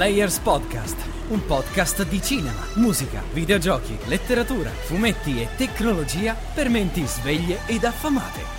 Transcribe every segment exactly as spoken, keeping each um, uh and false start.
Players Podcast, un podcast di cinema, musica, videogiochi, letteratura, fumetti e tecnologia per menti sveglie ed affamate.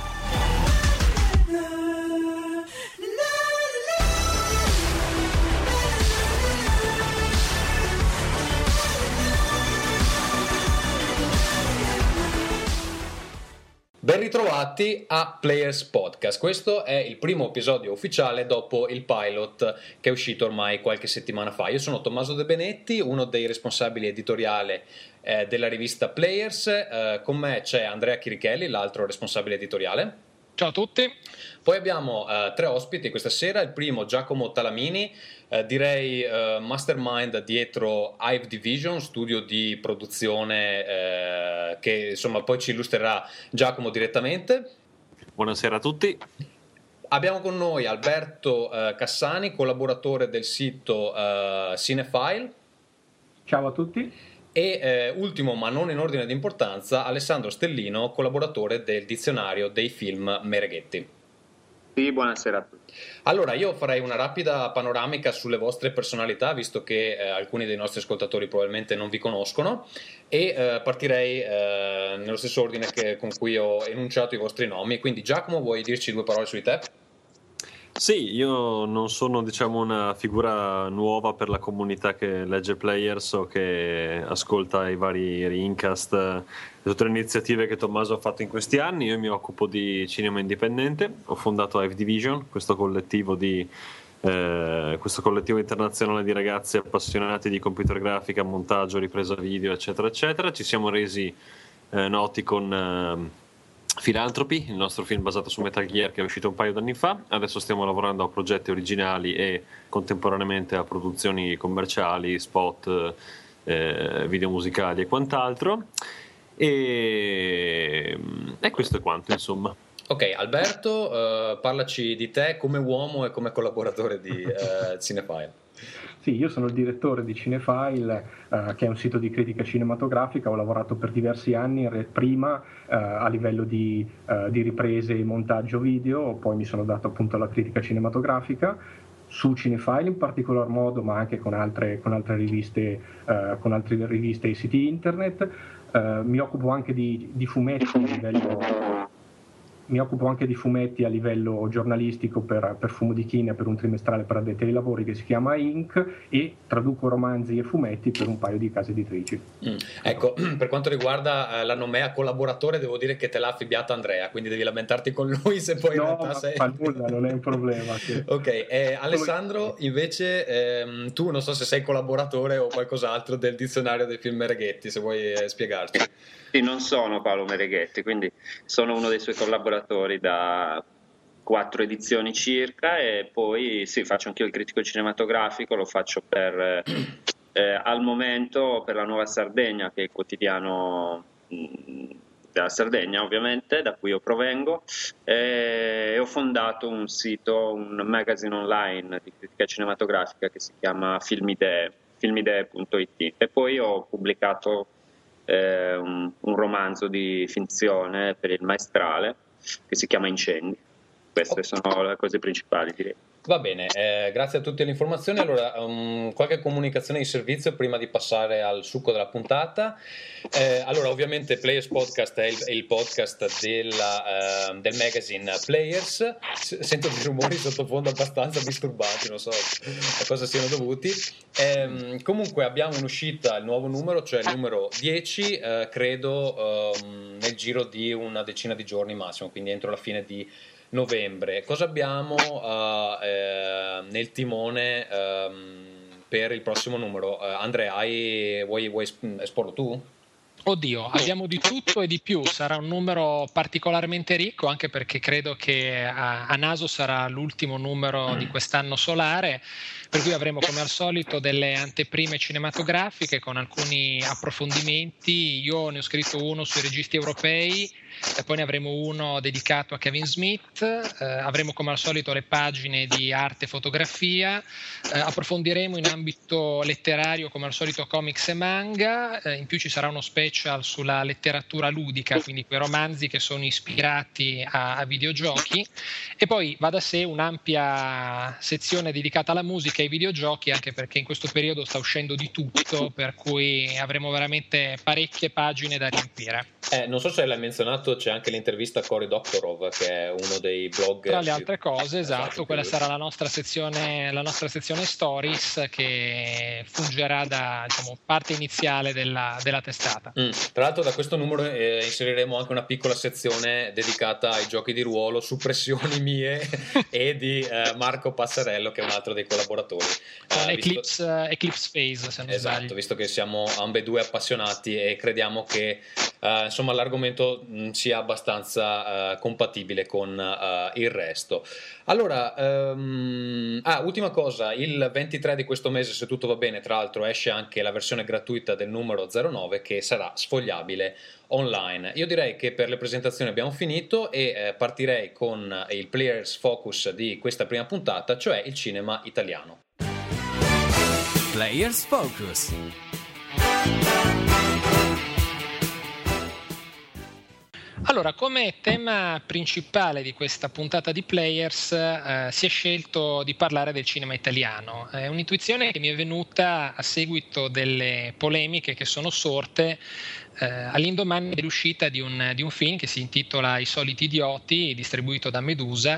Ben ritrovati a Players Podcast. Questo è il primo episodio ufficiale dopo il pilot che è uscito ormai qualche settimana fa. Io sono Tommaso De Benetti, uno dei responsabili editoriali eh, della rivista Players. Eh, con me c'è Andrea Chirichelli, l'altro responsabile editoriale. Ciao a tutti. Poi abbiamo eh, tre ospiti questa sera. Il primo Giacomo Talamini, eh, direi eh, mastermind dietro Hive Division, studio di produzione eh, che insomma poi ci illustrerà Giacomo direttamente. Buonasera a tutti. Abbiamo con noi Alberto eh, Cassani, collaboratore del sito eh, Cinefile. Ciao a tutti. E eh, ultimo, ma non in ordine di importanza, Alessandro Stellino, collaboratore del dizionario dei film Mereghetti. Sì, buonasera a tutti. Allora, io farei una rapida panoramica sulle vostre personalità, visto che eh, alcuni dei nostri ascoltatori probabilmente non vi conoscono, e eh, partirei eh, nello stesso ordine che, con cui ho enunciato i vostri nomi. Quindi Giacomo, vuoi dirci due parole su di te? Sì, io non sono diciamo una figura nuova per la comunità che legge Players o che ascolta i vari Rincast e tutte le iniziative che Tommaso ha fatto in questi anni. Io mi occupo di cinema indipendente, ho fondato Hive Division, questo collettivo di eh, questo collettivo internazionale di ragazzi appassionati di computer grafica, montaggio, ripresa video, eccetera eccetera. Ci siamo resi eh, noti con eh, Philanthropy, il nostro film basato su Metal Gear che è uscito un paio d'anni fa. Adesso stiamo lavorando a progetti originali e contemporaneamente a produzioni commerciali, spot, eh, video musicali e quant'altro. E, e questo è quanto, insomma. Ok, Alberto, uh, parlaci di te come uomo e come collaboratore di uh, Cinefile. Sì, io sono il direttore di Cinefile, eh, che è un sito di critica cinematografica. Ho lavorato per diversi anni, re- prima eh, a livello di, eh, di riprese e montaggio video, poi mi sono dato appunto alla critica cinematografica, su Cinefile in particolar modo, ma anche con altre, con altre riviste, eh, con altre riviste e siti internet. Eh, mi occupo anche di, di fumetti a livello... Mi occupo anche di fumetti a livello giornalistico per, per Fumo di China, per un trimestrale per addetti ai lavori che si chiama Inc, e traduco romanzi e fumetti per un paio di case editrici. Mm. Ecco, per quanto riguarda eh, la nomea collaboratore, devo dire che te l'ha affibbiato Andrea, quindi devi lamentarti con lui se poi no, in realtà sei... fa nulla, non è un problema. Sì. Ok, eh, Alessandro, invece ehm, tu non so se sei collaboratore o qualcos'altro del dizionario dei film Mereghetti, se vuoi eh, spiegarci. Sì, non sono Paolo Mereghetti, quindi sono uno dei suoi collaboratori da quattro edizioni circa, e poi sì, faccio anch'io il critico cinematografico, lo faccio per eh, al momento per la Nuova Sardegna, che è il quotidiano mh, della Sardegna ovviamente, da cui io provengo, e ho fondato un sito, un magazine online di critica cinematografica che si chiama Filmidee, filmidee punto it, e poi ho pubblicato Eh, un, un romanzo di finzione per il Maestrale che si chiama Incendi. Queste sono le cose principali, direi. Va bene, eh, grazie a tutte le informazioni. Allora, um, qualche comunicazione di servizio prima di passare al succo della puntata. Eh, allora, ovviamente Players Podcast è il, è il podcast della, uh, del magazine Players. S- sento dei rumori sottofondo abbastanza disturbanti, non so a cosa siano dovuti. Eh, comunque abbiamo un'uscita, il nuovo numero, cioè il numero dieci, eh, credo um, nel giro di una decina di giorni massimo, quindi entro la fine di novembre. Cosa abbiamo uh, eh, nel timone um, per il prossimo numero? Uh, Andrea, hai, vuoi, vuoi esporlo tu? Oddio, abbiamo di tutto e di più. Sarà un numero particolarmente ricco, anche perché credo che a, a naso sarà l'ultimo numero di quest'anno solare, per cui avremo come al solito delle anteprime cinematografiche con alcuni approfondimenti. Io ne ho scritto uno sui registi europei, e poi ne avremo uno dedicato a Kevin Smith, eh, avremo come al solito le pagine di arte e fotografia, eh, approfondiremo in ambito letterario come al solito comics e manga, eh, in più ci sarà uno special sulla letteratura ludica, quindi quei romanzi che sono ispirati a, a videogiochi, e poi va da sé un'ampia sezione dedicata alla musica e ai videogiochi, anche perché in questo periodo sta uscendo di tutto, per cui avremo veramente parecchie pagine da riempire. Eh, non so se l'hai menzionato, c'è anche l'intervista a Cory Doctorow, che è uno dei blogger. Tra le altre cose, esatto, quella sarà la nostra sezione, la nostra sezione Stories, che fungerà da, diciamo, parte iniziale della, della testata. Mm. Tra l'altro da questo numero eh, inseriremo anche una piccola sezione dedicata ai giochi di ruolo, su pressioni mie e di eh, Marco Passarello, che è un altro dei collaboratori. Eh, Eclipse, visto... Eclipse Phase, se non esatto, sbaglio. Visto che siamo ambedue appassionati e crediamo che uh, insomma l'argomento mh, sia abbastanza uh, compatibile con uh, il resto. Allora, um, ah, ultima cosa, il ventitré di questo mese, se tutto va bene, tra l'altro esce anche la versione gratuita del numero zero nove, che sarà sfogliabile online. Io direi che per le presentazioni abbiamo finito e eh, partirei con il Players Focus di questa prima puntata, cioè il cinema italiano. Players Focus. Allora, come tema principale di questa puntata di Players eh, si è scelto di parlare del cinema italiano. È un'intuizione che mi è venuta a seguito delle polemiche che sono sorte eh, all'indomani dell'uscita di un, di un film che si intitola I soliti idioti, distribuito da Medusa,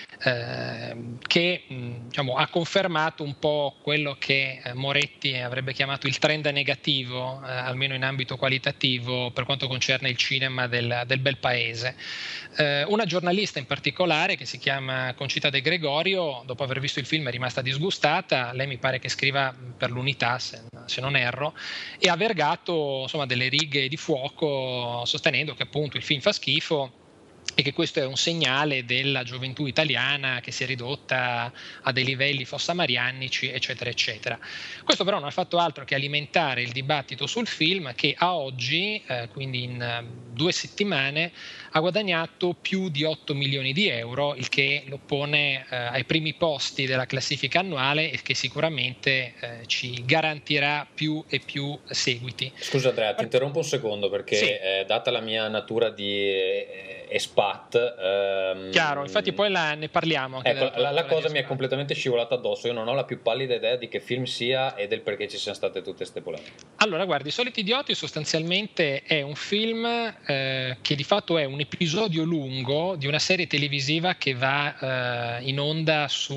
eh, che diciamo, ha confermato un po' quello che eh, Moretti avrebbe chiamato il trend negativo, eh, almeno in ambito qualitativo, per quanto concerne il cinema del, del bel paese. Eh, una giornalista in particolare, che si chiama Concita De Gregorio, dopo aver visto il film è rimasta disgustata. Lei mi pare che scriva per l'Unità, se, se non erro, e ha vergato insomma delle righe di fuoco, sostenendo che appunto il film fa schifo e che questo è un segnale della gioventù italiana che si è ridotta a dei livelli fossamariannici, eccetera eccetera. Questo però non ha fatto altro che alimentare il dibattito sul film, che a oggi, eh, quindi in uh, due settimane, ha guadagnato più di otto milioni di euro, il che lo pone eh, ai primi posti della classifica annuale e che sicuramente eh, ci garantirà più e più seguiti. Scusa Andrea, ti interrompo un secondo perché sì. eh, data la mia natura di eh, espat, ehm, chiaro, infatti poi la, ne parliamo anche ecco, la, la cosa mi è espat. completamente scivolata addosso. Io non ho la più pallida idea di che film sia e del perché ci siano state tutte queste polemiche. Allora guardi, I soliti idioti sostanzialmente è un film eh, che di fatto è un episodio lungo di una serie televisiva che va eh, in onda su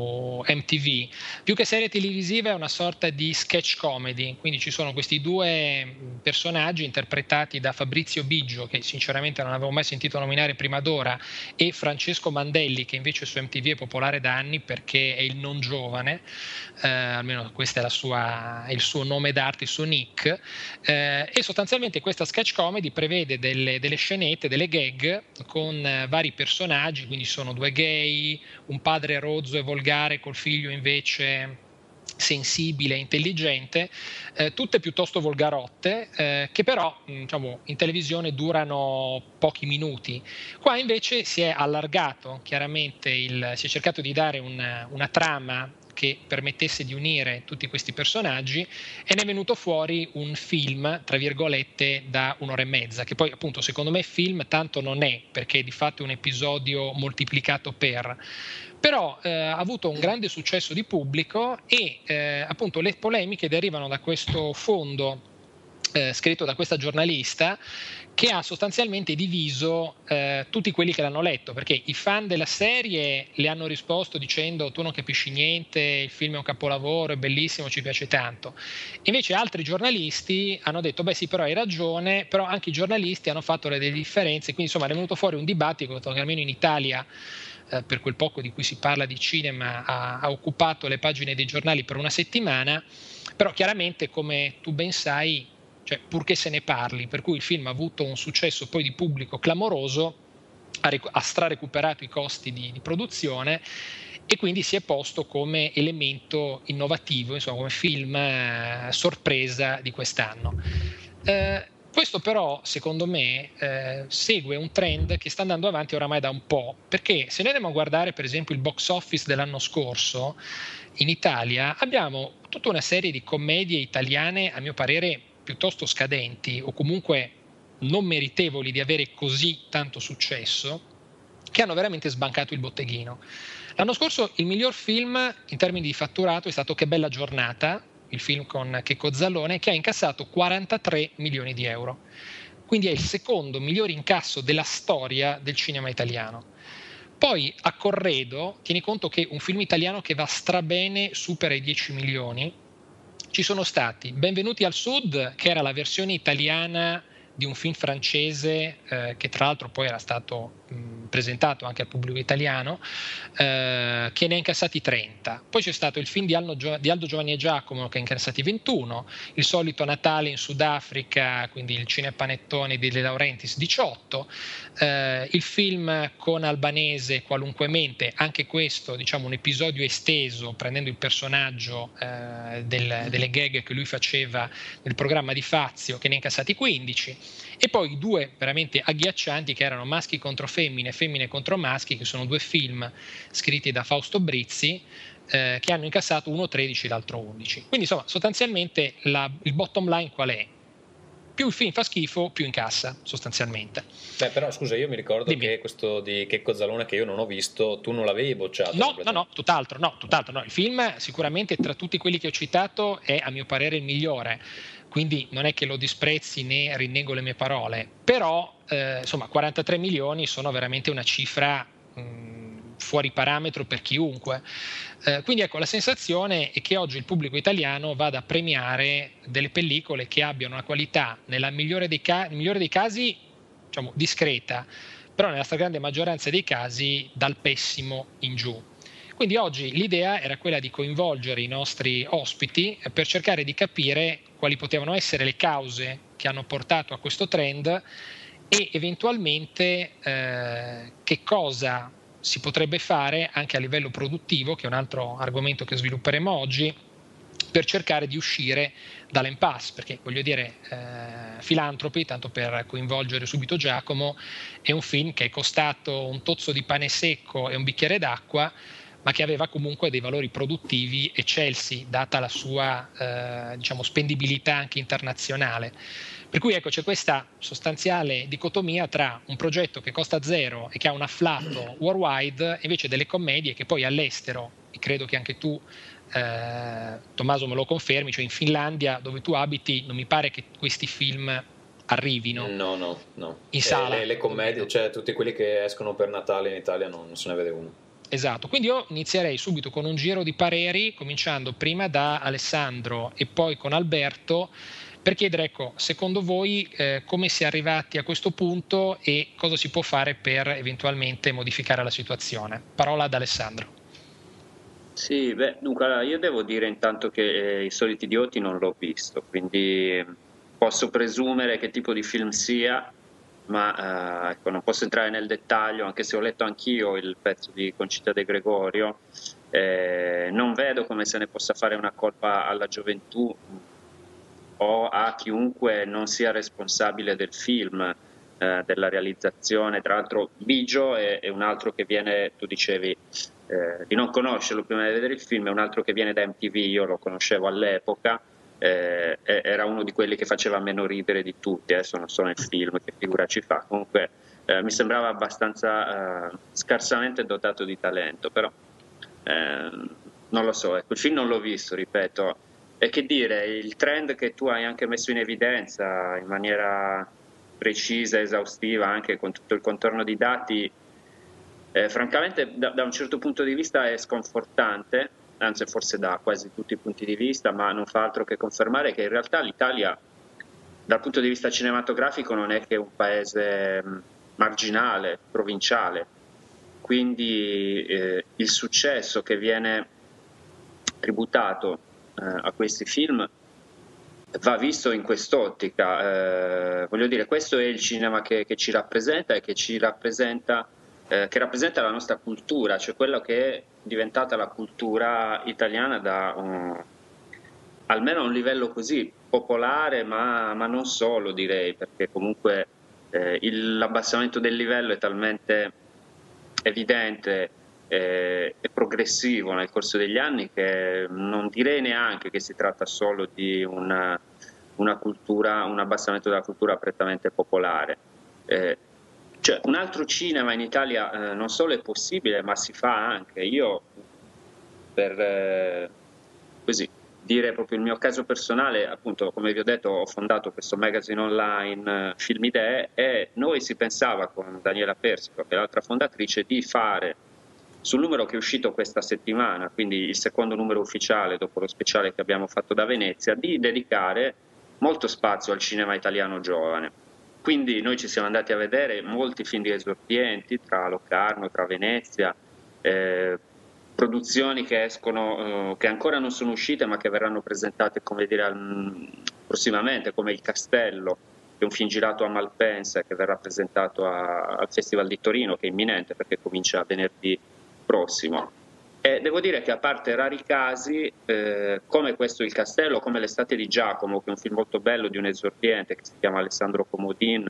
M T V. Più che serie televisiva è una sorta di sketch comedy, quindi ci sono questi due personaggi interpretati da Fabrizio Biggio, che sinceramente non avevo mai sentito nominare prima d'ora, e Francesco Mandelli, che invece su M T V è popolare da anni perché è il non giovane, eh, almeno questo è la sua, il suo nome d'arte, il suo nick, eh, e sostanzialmente questa sketch comedy prevede delle, delle scenette, delle gag con eh, vari personaggi, quindi sono due gay, un padre rozzo e volgare col figlio invece sensibile e intelligente, eh, tutte piuttosto volgarotte, eh, che però diciamo, in televisione durano pochi minuti. Qua invece si è allargato chiaramente, il, si è cercato di dare una, una trama che permettesse di unire tutti questi personaggi, e ne è venuto fuori un film, tra virgolette, da un'ora e mezza, che poi appunto secondo me film tanto non è, perché di fatto è un episodio moltiplicato per, però eh, ha avuto un grande successo di pubblico e eh, appunto le polemiche derivano da questo fondo eh, scritto da questa giornalista, che ha sostanzialmente diviso eh, tutti quelli che l'hanno letto, perché i fan della serie le hanno risposto dicendo tu non capisci niente, il film è un capolavoro, è bellissimo, ci piace tanto. Invece altri giornalisti hanno detto beh sì, però hai ragione, però anche i giornalisti hanno fatto delle differenze, quindi insomma è venuto fuori un dibattito che almeno in Italia, eh, per quel poco di cui si parla di cinema, ha, ha occupato le pagine dei giornali per una settimana, però chiaramente come tu ben sai, cioè purché se ne parli, per cui il film ha avuto un successo poi di pubblico clamoroso, ha, rec- ha strarecuperato i costi di, di produzione e quindi si è posto come elemento innovativo, insomma come film eh, sorpresa di quest'anno. Eh, Questo però, secondo me, eh, segue un trend che sta andando avanti oramai da un po', perché se noi andiamo a guardare per esempio il box office dell'anno scorso, in Italia abbiamo tutta una serie di commedie italiane, a mio parere, piuttosto scadenti o comunque non meritevoli di avere così tanto successo, che hanno veramente sbancato il botteghino. L'anno scorso il miglior film in termini di fatturato è stato Che bella giornata, il film con Checco Zalone, che ha incassato quarantatré milioni di euro. Quindi è il secondo miglior incasso della storia del cinema italiano. Poi a corredo, tieni conto che un film italiano che va strabene supera i dieci milioni. Ci sono stati Benvenuti al Sud, che era la versione italiana di un film francese eh, che tra l'altro poi era stato mh, presentato anche al pubblico italiano, eh, che ne ha incassati trenta. Poi c'è stato il film di Aldo, Gio- di Aldo Giovanni e Giacomo che ha incassati ventuno, Il solito Natale in Sudafrica, quindi il cinepanettone di De Laurentiis diciotto, eh, il film con Albanese Qualunquemente, anche questo diciamo un episodio esteso prendendo il personaggio eh, del, delle gag che lui faceva nel programma di Fazio, che ne ha incassati quindici. E poi due veramente agghiaccianti che erano Maschi contro femmine, Femmine contro maschi, che sono due film scritti da Fausto Brizzi eh, che hanno incassato uno tredici e l'altro undici. Quindi insomma sostanzialmente la, il bottom line qual è? Più il film fa schifo, più incassa sostanzialmente. Beh, però scusa, io mi ricordo Dimmi. che questo di Checco Zalone che io non ho visto, tu non l'avevi bocciato? No, no, no, tutt'altro, no, tutt'altro no. Il film sicuramente tra tutti quelli che ho citato è a mio parere il migliore, quindi non è che lo disprezzi né rinnego le mie parole, però eh, insomma quarantatré milioni sono veramente una cifra mh, fuori parametro per chiunque. Eh, quindi ecco, la sensazione è che oggi il pubblico italiano vada a premiare delle pellicole che abbiano una qualità, nella migliore dei, ca- nel migliore dei casi, diciamo, discreta, però nella stragrande maggioranza dei casi dal pessimo in giù. Quindi oggi l'idea era quella di coinvolgere i nostri ospiti per cercare di capire quali potevano essere le cause che hanno portato a questo trend e eventualmente eh, che cosa si potrebbe fare anche a livello produttivo, che è un altro argomento che svilupperemo oggi, per cercare di uscire dall'impasse, perché voglio dire eh, Filantropi, tanto per coinvolgere subito Giacomo, è un film che è costato un tozzo di pane secco e un bicchiere d'acqua, ma che aveva comunque dei valori produttivi eccelsi, data la sua eh, diciamo spendibilità anche internazionale. Per cui ecco, c'è questa sostanziale dicotomia tra un progetto che costa zero e che ha un afflato worldwide, e invece delle commedie che poi all'estero, e credo che anche tu eh, Tommaso me lo confermi, cioè in Finlandia dove tu abiti non mi pare che questi film arrivino no no no in sala. Le, le commedie, cioè tutti quelli che escono per Natale in Italia non, non se ne vede uno. Esatto, quindi io inizierei subito con un giro di pareri, cominciando prima da Alessandro e poi con Alberto, per chiedere, ecco, secondo voi eh, come si è arrivati a questo punto e cosa si può fare per eventualmente modificare la situazione. Parola ad Alessandro. Sì, beh, dunque allora, io devo dire intanto che eh, I Soliti Idioti non l'ho visto, quindi posso presumere che tipo di film sia, ma eh, ecco, non posso entrare nel dettaglio, anche se ho letto anch'io il pezzo di Concita De Gregorio. Eh, non vedo come se ne possa fare una colpa alla gioventù o a chiunque non sia responsabile del film, eh, della realizzazione. Tra l'altro Bigio è, è un altro che viene, tu dicevi eh, di non conoscerlo prima di vedere il film, è un altro che viene da M T V, io lo conoscevo all'epoca. Eh, era uno di quelli che faceva meno ridere di tutti, adesso non so nel film che figura ci fa, comunque eh, mi sembrava abbastanza eh, scarsamente dotato di talento, però eh, non lo so, ecco, il film non l'ho visto, ripeto, e che dire, il trend che tu hai anche messo in evidenza in maniera precisa, esaustiva, anche con tutto il contorno di dati, eh, francamente da, da un certo punto di vista è sconfortante, anzi forse da quasi tutti i punti di vista, ma non fa altro che confermare che in realtà l'Italia dal punto di vista cinematografico non è che un paese marginale, provinciale, quindi eh, il successo che viene tributato eh, a questi film va visto in quest'ottica, eh, voglio dire, questo è il cinema che, che ci rappresenta e che ci rappresenta Eh, che rappresenta la nostra cultura, cioè quello che è diventata la cultura italiana da um, almeno a un livello così popolare, ma, ma non solo, direi, perché comunque eh, il, l'abbassamento del livello è talmente evidente eh, e progressivo nel corso degli anni che non direi neanche che si tratta solo di una, una cultura, un abbassamento della cultura prettamente popolare. Eh, cioè, un altro cinema in Italia eh, non solo è possibile, ma si fa anche. Io, per eh, così dire proprio il mio caso personale, appunto, come vi ho detto, ho fondato questo magazine online, Film Idee, e noi si pensava con Daniela Persico, che è l'altra fondatrice, di fare sul numero che è uscito questa settimana, quindi il secondo numero ufficiale dopo lo speciale che abbiamo fatto da Venezia, di dedicare molto spazio al cinema italiano giovane. Quindi noi ci siamo andati a vedere molti film di esordienti, tra Locarno, tra Venezia, eh, produzioni che escono, eh, che ancora non sono uscite ma che verranno presentate, come dire, al, prossimamente, come Il Castello, che è un film girato a Malpensa che verrà presentato a, al Festival di Torino, che è imminente perché comincia venerdì prossimo. E devo dire che, a parte rari casi eh, come questo Il Castello, come L'estate di Giacomo, che è un film molto bello di un esordiente che si chiama Alessandro Comodin,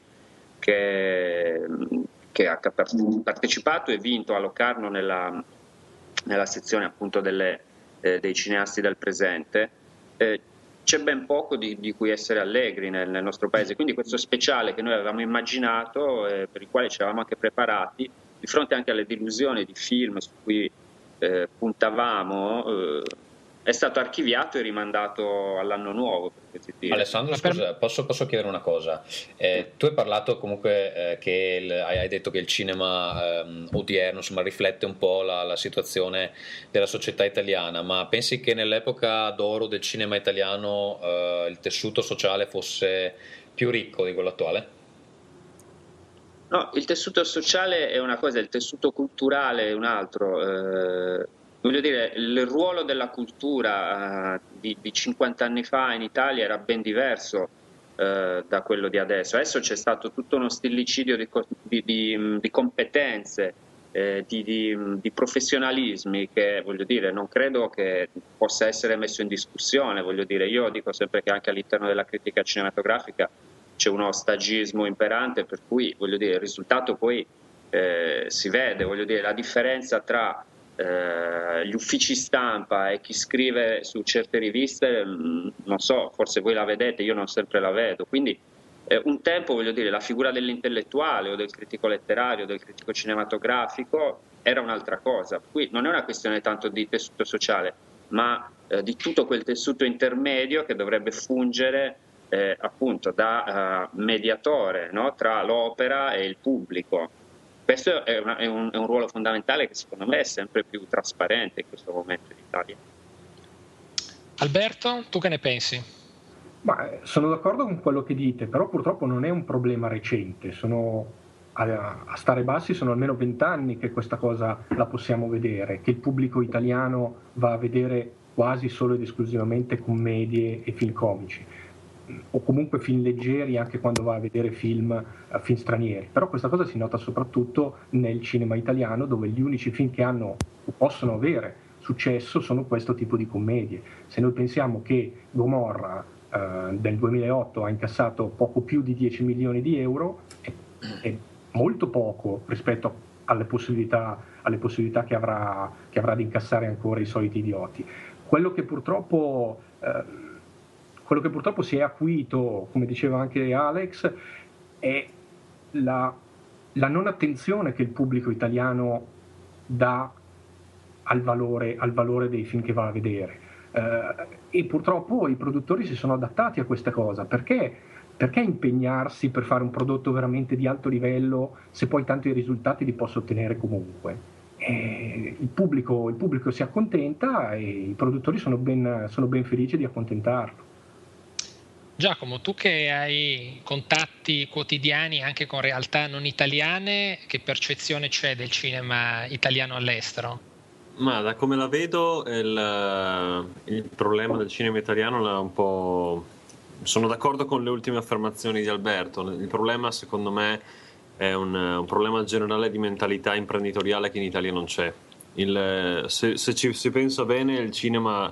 che, che ha partecipato e vinto a Locarno nella, nella sezione appunto delle, eh, dei cineasti del presente, eh, c'è ben poco di, di cui essere allegri nel, nel nostro paese. Quindi questo speciale che noi avevamo immaginato, eh, per il quale ci eravamo anche preparati, di fronte anche alle delusioni di film su cui eh, puntavamo, eh, è stato archiviato e rimandato all'anno nuovo, per così dire. Alessandro, scusa, posso, posso chiedere una cosa? Eh, tu hai parlato comunque eh, che il, hai detto che il cinema eh, odierno, insomma, riflette un po' la, la situazione della società italiana, ma pensi che nell'epoca d'oro del cinema italiano eh, il tessuto sociale fosse più ricco di quello attuale? No, il tessuto sociale è una cosa, il tessuto culturale è un altro. Eh, voglio dire, il ruolo della cultura eh, di, di cinquanta anni fa in Italia era ben diverso eh, da quello di adesso. Adesso c'è stato tutto uno stillicidio di, di, di, di competenze, eh, di, di, di professionalismi che, voglio dire, non credo che possa essere messo in discussione. Voglio dire, io dico sempre che anche all'interno della critica cinematografica c'è uno stagismo imperante, per cui, voglio dire, il risultato poi eh, si vede. Voglio dire, la differenza tra eh, gli uffici stampa e chi scrive su certe riviste, mh, non so, forse voi la vedete, io non sempre la vedo. Quindi eh, un tempo, voglio dire, la figura dell'intellettuale o del critico letterario, del critico cinematografico era un'altra cosa. Qui non è una questione tanto di tessuto sociale, ma eh, di tutto quel tessuto intermedio che dovrebbe fungere Eh, appunto da uh, mediatore, no? Tra l'opera e il pubblico. Questo è, una, è, un, è un ruolo fondamentale che secondo me è sempre più trasparente in questo momento in Italia. Alberto, tu che ne pensi? Ma, sono d'accordo con quello che dite, però purtroppo non è un problema recente. Sono, a, a stare bassi sono almeno vent'anni che questa cosa la possiamo vedere, che il pubblico italiano va a vedere quasi solo ed esclusivamente commedie e film comici, o comunque film leggeri anche quando va a vedere film, uh, film stranieri. Però questa cosa si nota soprattutto nel cinema italiano, dove gli unici film che hanno o possono avere successo sono questo tipo di commedie. Se noi pensiamo che Gomorra uh, del duemilaotto ha incassato poco più di dieci milioni di euro, è, è molto poco rispetto alle possibilità, alle possibilità che avrà, che avrà di incassare ancora I Soliti Idioti. Quello che purtroppo uh, Quello che purtroppo si è acuito, come diceva anche Alex, è la, la non attenzione che il pubblico italiano dà al valore, al valore dei film che va a vedere. Eh, e purtroppo i produttori si sono adattati a questa cosa. Perché? Perché impegnarsi per fare un prodotto veramente di alto livello se poi tanto i risultati li posso ottenere comunque? Eh, il, pubblico, il pubblico si accontenta e i produttori sono ben, sono ben felici di accontentarlo. Giacomo, tu che hai contatti quotidiani anche con realtà non italiane, che percezione c'è del cinema italiano all'estero? Ma da come la vedo il, il problema del cinema italiano è un po'... Sono d'accordo con le ultime affermazioni di Alberto. Il problema secondo me è un, un problema generale di mentalità imprenditoriale che in Italia non c'è. Il, se, se ci si pensa bene, il cinema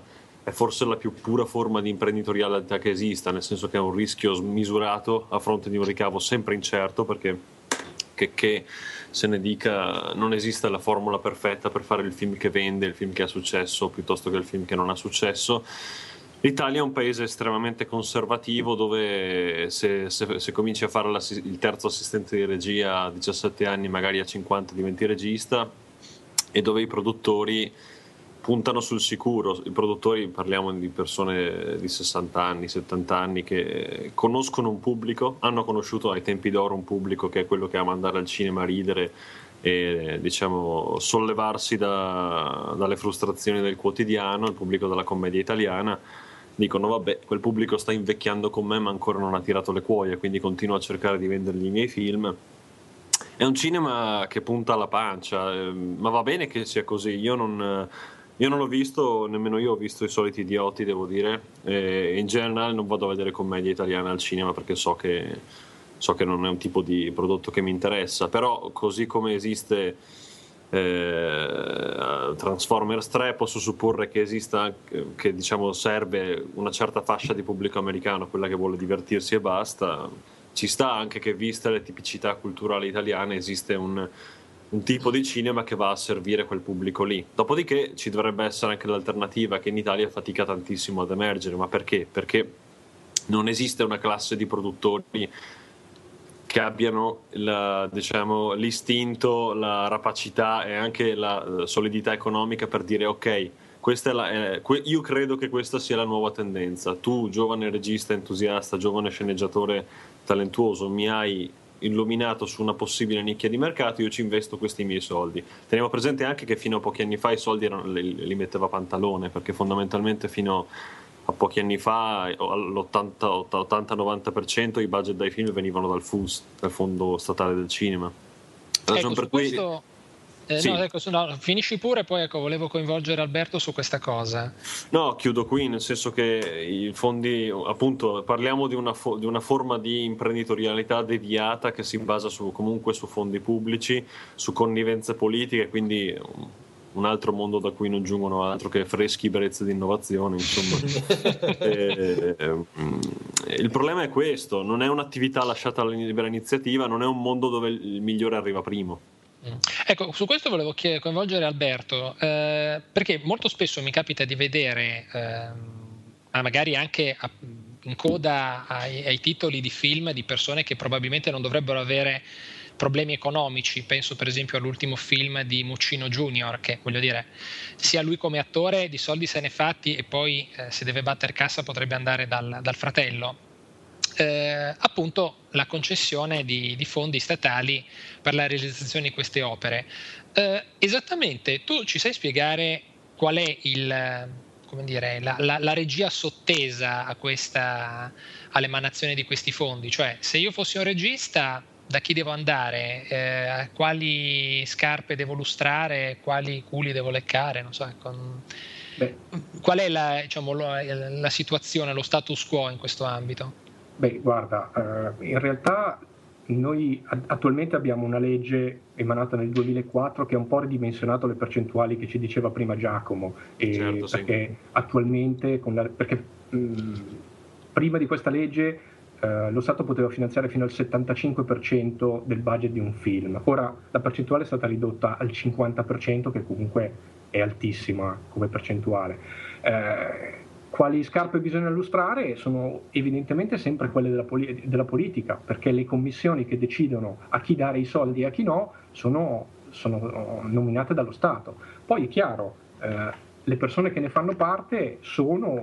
è forse la più pura forma di imprenditorialità che esista, nel senso che è un rischio smisurato a fronte di un ricavo sempre incerto, perché che, che se ne dica non esiste la formula perfetta per fare il film che vende, il film che ha successo piuttosto che il film che non ha successo. L'Italia è un paese estremamente conservativo dove se, se, se cominci a fare il terzo assistente di regia a diciassette anni, magari a cinquanta diventi regista, e dove i produttori puntano sul sicuro. I produttori, parliamo di persone di sessanta anni, settanta anni che conoscono un pubblico, hanno conosciuto ai tempi d'oro un pubblico che è quello che ama andare al cinema a ridere e diciamo sollevarsi da, dalle frustrazioni del quotidiano, il pubblico della commedia italiana. Dicono vabbè, quel pubblico sta invecchiando con me ma ancora non ha tirato le cuoia, quindi continuo a cercare di vendergli i miei film. È un cinema che punta alla pancia, ma va bene che sia così. Io non, io non l'ho visto, nemmeno io ho visto I Soliti Idioti, devo dire, e in generale non vado a vedere commedia italiana al cinema perché so che, so che non è un tipo di prodotto che mi interessa. Però così come esiste Eh, Transformers tre, posso supporre che esista, che diciamo serve una certa fascia di pubblico americano, quella che vuole divertirsi e basta. Ci sta anche che, viste le tipicità culturali italiane, esiste un, un tipo di cinema che va a servire quel pubblico lì. Dopodiché ci dovrebbe essere anche l'alternativa che in Italia fatica tantissimo ad emergere. Ma perché? Perché non esiste una classe di produttori che abbiano la, diciamo, l'istinto, la rapacità e anche la solidità economica per dire ok, questa è la, è, io credo che questa sia la nuova tendenza. Tu, giovane regista entusiasta, giovane sceneggiatore talentuoso, mi hai illuminato su una possibile nicchia di mercato, io ci investo questi miei soldi. Teniamo presente anche che fino a pochi anni fa i soldi erano, li, li metteva Pantalone, perché fondamentalmente fino a pochi anni fa all'ottanta novanta per cento i budget dai film venivano dal F U S, dal Fondo Statale del Cinema. Ecco, per su cui... questo, eh, sì. no, ecco, no, finisci pure, poi ecco, volevo coinvolgere Alberto su questa cosa. No, chiudo qui, nel senso che i fondi, appunto, parliamo di una, fo- di una forma di imprenditorialità deviata che si basa su, comunque su fondi pubblici, su connivenze politiche, quindi un altro mondo da cui non giungono altro che freschi brezze di innovazione, insomma. e, e, il problema è questo: non è un'attività lasciata alla libera iniziativa, non è un mondo dove il migliore arriva primo. Ecco, su questo volevo chied- coinvolgere Alberto, eh, perché molto spesso mi capita di vedere, eh, magari anche a, in coda ai, ai titoli di film di persone che probabilmente non dovrebbero avere problemi economici. Penso per esempio all'ultimo film di Muccino Junior, che voglio dire, sia lui come attore di soldi se ne fatti e poi eh, se deve battere cassa potrebbe andare dal, dal fratello. Eh, appunto la concessione di, di fondi statali per la realizzazione di queste opere. Eh, esattamente, tu ci sai spiegare qual è il, come dire, la, la, la regia sottesa a questa, all'emanazione di questi fondi? Cioè, se io fossi un regista, da chi devo andare, eh, quali scarpe devo lustrare, quali culi devo leccare, non so, con... Beh. Qual è la, diciamo, la, la situazione, lo status quo in questo ambito? Beh, guarda, eh, in realtà noi attualmente abbiamo una legge emanata nel duemilaquattro che ha un po' ridimensionato le percentuali che ci diceva prima Giacomo, e certo, perché sì. attualmente con la, perché mh, prima di questa legge Uh, lo Stato poteva finanziare fino al settantacinque per cento del budget di un film. Ora la percentuale è stata ridotta al cinquanta per cento, che comunque è altissima come percentuale. Uh, quali scarpe bisogna lustrare? Sono evidentemente sempre quelle della, poli- della politica, perché le commissioni che decidono a chi dare i soldi e a chi no sono, sono nominate dallo Stato. Poi è chiaro, uh, le persone che ne fanno parte sono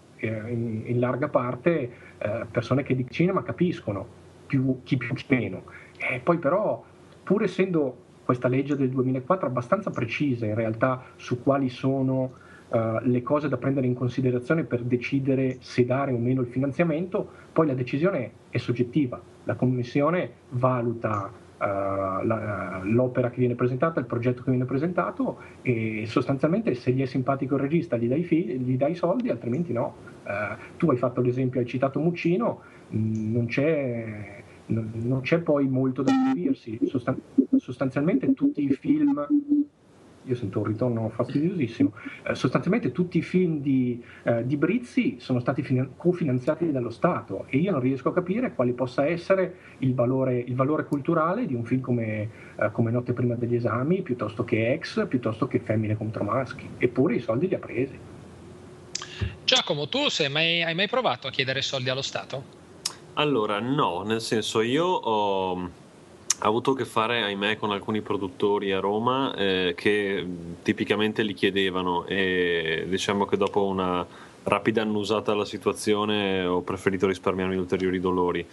in, in larga parte eh, persone che di cinema capiscono, più, chi più chi meno. E poi però, pur essendo questa legge del duemilaquattro abbastanza precisa in realtà su quali sono uh, le cose da prendere in considerazione per decidere se dare o meno il finanziamento, poi la decisione è soggettiva. La commissione valuta Uh, la, l'opera che viene presentata, il progetto che viene presentato, e sostanzialmente se gli è simpatico il regista gli dai, fi- gli dai soldi, altrimenti no. Uh, tu hai fatto l'esempio, hai citato Muccino, mh, non, c'è, non, non c'è poi molto da capirsi. Sostan- sostanzialmente tutti i film io sento un ritorno fastidiosissimo, eh, sostanzialmente tutti i film di, eh, di Brizzi sono stati finan- cofinanziati dallo Stato e io non riesco a capire quale possa essere il valore, il valore culturale di un film come, eh, come Notte prima degli esami, piuttosto che Ex, piuttosto che Femmine contro maschi, eppure i soldi li ha presi. Giacomo, tu sei mai, hai mai provato a chiedere soldi allo Stato? Allora, no, nel senso io ho avuto a che fare, ahimè, con alcuni produttori a Roma eh, che tipicamente li chiedevano e diciamo che dopo una rapida annusata alla situazione ho preferito risparmiarmi ulteriori dolori.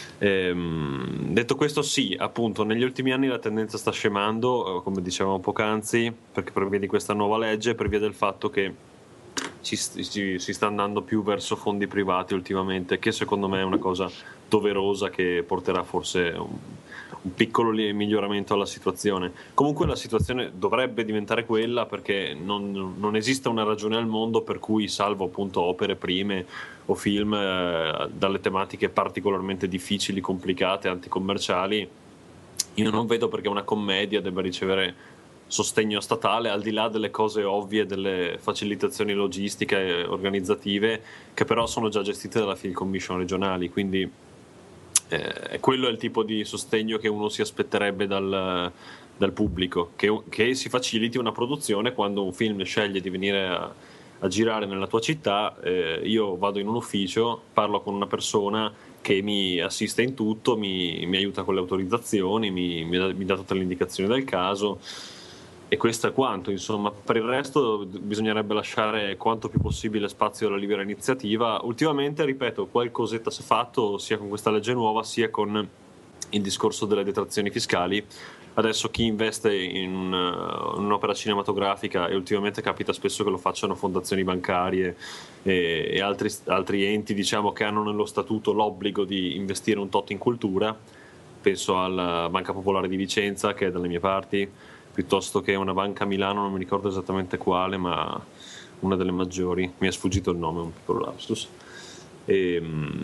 Ehm, detto questo, sì, appunto, negli ultimi anni la tendenza sta scemando, come dicevamo poc'anzi, perché per via di questa nuova legge, per via del fatto che ci, ci, si sta andando più verso fondi privati ultimamente, che secondo me è una cosa doverosa che porterà forse un, un piccolo miglioramento alla situazione. Comunque la situazione dovrebbe diventare quella, perché non, non esiste una ragione al mondo per cui, salvo appunto opere prime o film eh, dalle tematiche particolarmente difficili, complicate, anticommerciali, io non vedo perché una commedia debba ricevere sostegno statale, al di là delle cose ovvie, delle facilitazioni logistiche e organizzative che però sono già gestite dalla Film Commission regionali, quindi eh, quello è il tipo di sostegno che uno si aspetterebbe dal, dal pubblico, che, che si faciliti una produzione. Quando un film sceglie di venire a, a girare nella tua città, eh, io vado in un ufficio, parlo con una persona che mi assiste in tutto, mi, mi aiuta con le autorizzazioni, mi, mi, dà, mi dà tutte le indicazioni del caso. E questo è quanto, insomma. Per il resto bisognerebbe lasciare quanto più possibile spazio alla libera iniziativa. Ultimamente, ripeto, qualcosetta si è fatto sia con questa legge nuova sia con il discorso delle detrazioni fiscali. Adesso chi investe in, un, in un'opera cinematografica, e ultimamente capita spesso che lo facciano fondazioni bancarie e, e altri, altri enti, diciamo, che hanno nello statuto l'obbligo di investire un tot in cultura, penso alla Banca Popolare di Vicenza, che è dalle mie parti, piuttosto che una banca a Milano, non mi ricordo esattamente quale, ma una delle maggiori, mi è sfuggito il nome, un piccolo lapsus. E,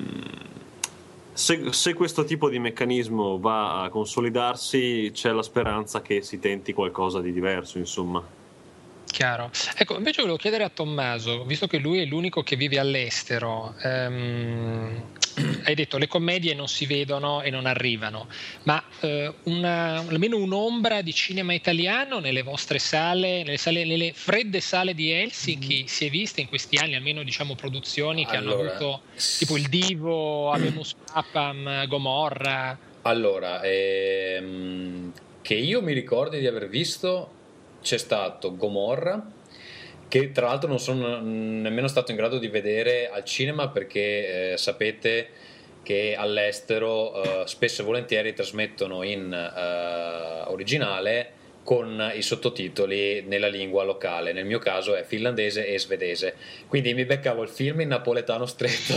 se, se questo tipo di meccanismo va a consolidarsi, c'è la speranza che si tenti qualcosa di diverso, insomma. Chiaro. Ecco, invece volevo chiedere a Tommaso, visto che lui è l'unico che vive all'estero, ehm, hai detto le commedie non si vedono e non arrivano, ma eh, una, almeno un'ombra di cinema italiano nelle vostre sale, nelle, sale, nelle fredde sale di Helsinki mm-hmm. si è vista in questi anni, almeno diciamo produzioni che allora, hanno avuto tipo il Divo, Habemus Papam, Gomorra? Allora, ehm, che io mi ricordi di aver visto, c'è stato Gomorra, che tra l'altro non sono nemmeno stato in grado di vedere al cinema perché eh, sapete che all'estero eh, spesso e volentieri trasmettono in eh, originale con i sottotitoli nella lingua locale. Nel mio caso è finlandese e svedese, quindi mi beccavo il film in napoletano stretto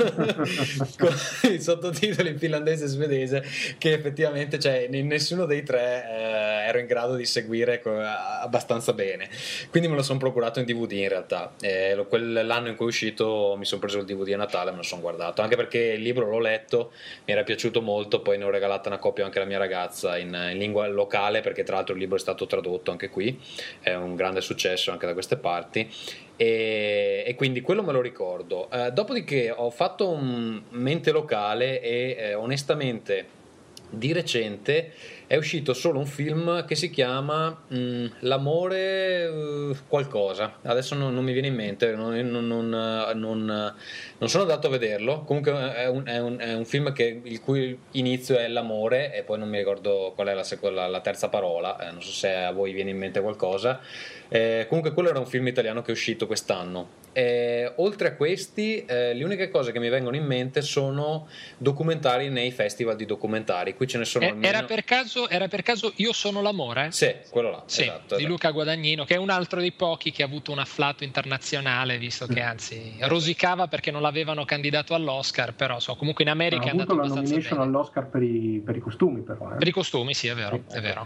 con i sottotitoli in finlandese e svedese, che effettivamente, cioè, in nessuno dei tre eh, ero in grado di seguire co- abbastanza bene, quindi me lo sono procurato in D V D in realtà. Eh, lo, quell'anno in cui è uscito mi sono preso il D V D a Natale, me lo sono guardato, anche perché il libro l'ho letto, mi era piaciuto molto, poi ne ho regalata una copia anche alla mia ragazza in, in lingua locale, perché tra l'altro il libro è stato tradotto anche qui, è un grande successo anche da queste parti, e, e quindi quello me lo ricordo. Eh, dopodiché ho fatto un mente locale e eh, onestamente di recente è uscito solo un film che si chiama mh, L'amore uh, qualcosa, adesso non, non mi viene in mente, non, non, non, non, non sono andato a vederlo. Comunque è un, è un, è un film che, il cui inizio è l'amore e poi non mi ricordo qual è la, seconda, la terza parola, eh, non so se a voi viene in mente qualcosa. Eh, comunque quello era un film italiano che è uscito quest'anno. Eh, oltre a questi, eh, le uniche cose che mi vengono in mente sono documentari nei festival di documentari. Qui ce ne sono eh, almeno... era per caso Era per caso Io sono l'amore? Sì, quello là, sì, esatto, di esatto. Luca Guadagnino, che è un altro dei pochi che ha avuto un afflato internazionale, visto che anzi rosicava perché non l'avevano candidato all'Oscar, però so, comunque in America ha è andato avuto la abbastanza nomination bene. all'Oscar per i, per i costumi, però. Eh. Per i costumi, sì, è vero, sì, è vero.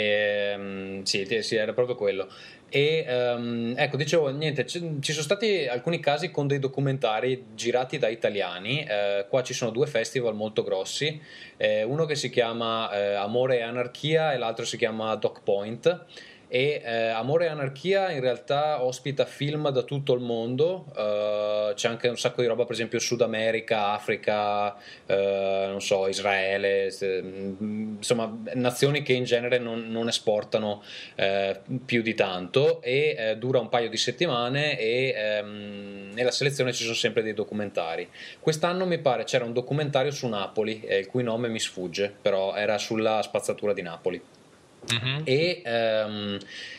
E, sì, sì, era proprio quello. E um, ecco, dicevo, niente, c- ci sono stati alcuni casi con dei documentari girati da italiani. Eh, qua ci sono due festival molto grossi, eh, uno che si chiama eh, Amore e Anarchia e l'altro si chiama Doc Point, e eh, Amore e Anarchia in realtà ospita film da tutto il mondo, uh, c'è anche un sacco di roba, per esempio Sud America, Africa, uh, non so, Israele, se, insomma nazioni che in genere non, non esportano eh, più di tanto, e eh, dura un paio di settimane, e ehm, nella selezione ci sono sempre dei documentari. Quest'anno mi pare c'era un documentario su Napoli, eh, il cui nome mi sfugge, però era sulla spazzatura di Napoli. Mm-hmm. E, um,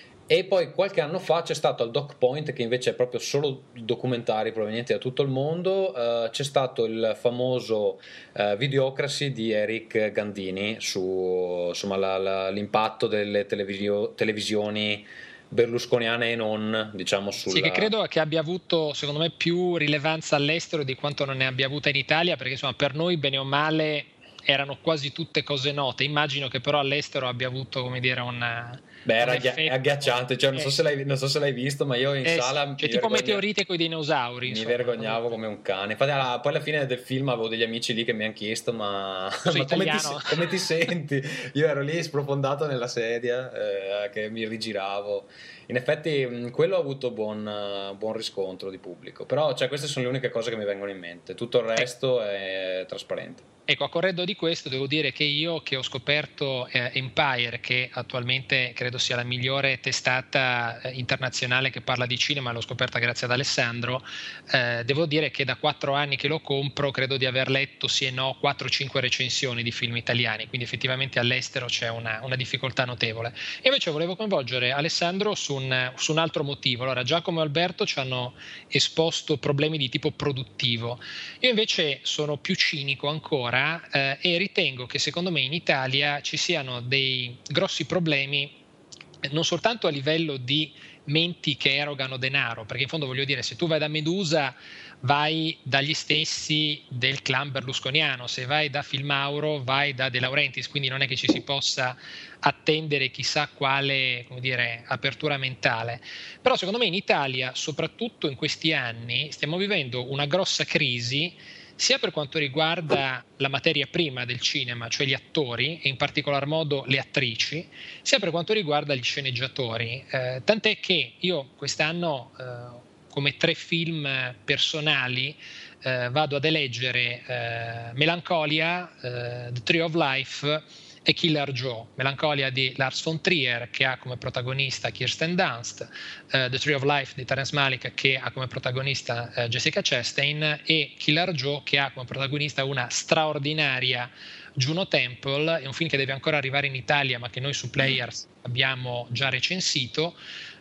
e poi qualche anno fa c'è stato al Doc Point, che invece è proprio solo documentari provenienti da tutto il mondo. Uh, c'è stato il famoso uh, Videocracy di Eric Gandini su insomma, la, la, l'impatto delle televisio- televisioni berlusconiane e non, diciamo, sulla... Sì, che credo che abbia avuto, secondo me, più rilevanza all'estero di quanto non ne abbia avuta in Italia, perché insomma per noi bene o male erano quasi tutte cose note. Immagino che però all'estero abbia avuto, come dire, un beh era un agghi- effetto... agghiacciante, cioè, non, so se l'hai, non so se l'hai visto, ma io in eh, sala cioè tipo vergogna... meteorite con i dinosauri, mi insomma, vergognavo come un cane. Infatti alla, poi alla fine del film avevo degli amici lì che mi hanno chiesto ma, ma come, ti, come ti senti? Io ero lì sprofondato nella sedia, eh, che mi rigiravo. In effetti quello ha avuto buon, buon riscontro di pubblico, però cioè, queste sono le uniche cose che mi vengono in mente, tutto il resto è trasparente. Ecco, a corredo di questo devo dire che io che ho scoperto eh, Empire, che attualmente credo sia la migliore testata eh, internazionale che parla di cinema, l'ho scoperta grazie ad Alessandro, eh, devo dire che da quattro anni che lo compro credo di aver letto sì e no quattro cinque recensioni di film italiani, quindi effettivamente all'estero c'è una, una difficoltà notevole. E invece volevo coinvolgere Alessandro su un, su un altro motivo. Allora, Giacomo e Alberto ci hanno esposto problemi di tipo produttivo, io invece sono più cinico ancora. Eh, e ritengo che secondo me in Italia ci siano dei grossi problemi non soltanto a livello di menti che erogano denaro, perché in fondo voglio dire, se tu vai da Medusa vai dagli stessi del clan berlusconiano, se vai da Filmauro vai da De Laurentiis, quindi non è che ci si possa attendere chissà quale, come dire, apertura mentale. Però secondo me in Italia, soprattutto in questi anni, stiamo vivendo una grossa crisi sia per quanto riguarda la materia prima del cinema, cioè gli attori e in particolar modo le attrici, sia per quanto riguarda gli sceneggiatori. Eh, tant'è che io quest'anno, eh, come tre film personali, eh, vado ad eleggere eh, Melancholia, eh, The Tree of Life e Killer Joe. Melancholia di Lars von Trier, che ha come protagonista Kirsten Dunst, uh, The Tree of Life di Terrence Malick, che ha come protagonista uh, Jessica Chastain, e Killer Joe, che ha come protagonista una straordinaria Juno Temple. È un film che deve ancora arrivare in Italia, ma che noi su Players abbiamo già recensito,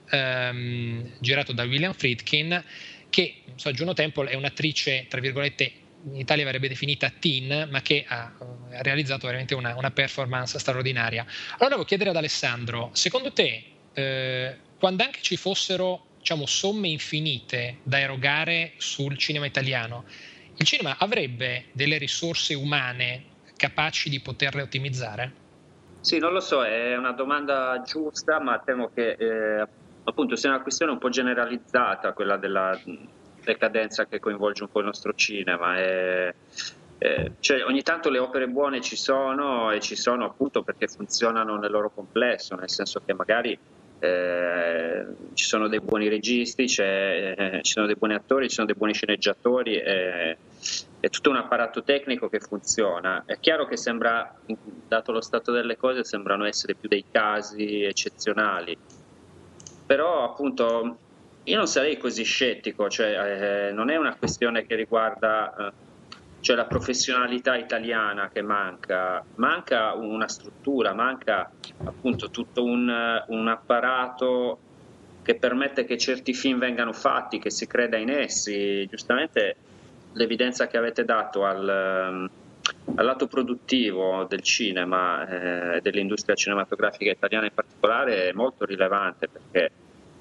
um, girato da William Friedkin, che so, Juno Temple è un'attrice, tra virgolette, in Italia verrebbe definita teen, ma che ha, ha realizzato veramente una, una performance straordinaria. Allora devo chiedere ad Alessandro, secondo te eh, quando anche ci fossero, diciamo, somme infinite da erogare sul cinema italiano, il cinema avrebbe delle risorse umane capaci di poterle ottimizzare? Sì, non lo so, è una domanda giusta, ma temo che eh, appunto sia una questione un po' generalizzata, quella della decadenza che coinvolge un po' il nostro cinema. E, eh, cioè, ogni tanto le opere buone ci sono, e ci sono appunto perché funzionano nel loro complesso, nel senso che magari eh, ci sono dei buoni registi, c'è, eh, ci sono dei buoni attori, ci sono dei buoni sceneggiatori, eh, è tutto un apparato tecnico che funziona. È chiaro che sembra, dato lo stato delle cose, sembrano essere più dei casi eccezionali, però appunto io non sarei così scettico, cioè eh, non è una questione che riguarda eh, cioè la professionalità italiana che manca, manca una struttura, manca appunto tutto un, un apparato che permette che certi film vengano fatti, che si creda in essi. Giustamente l'evidenza che avete dato al, al lato produttivo del cinema e eh, dell'industria cinematografica italiana in particolare è molto rilevante, perché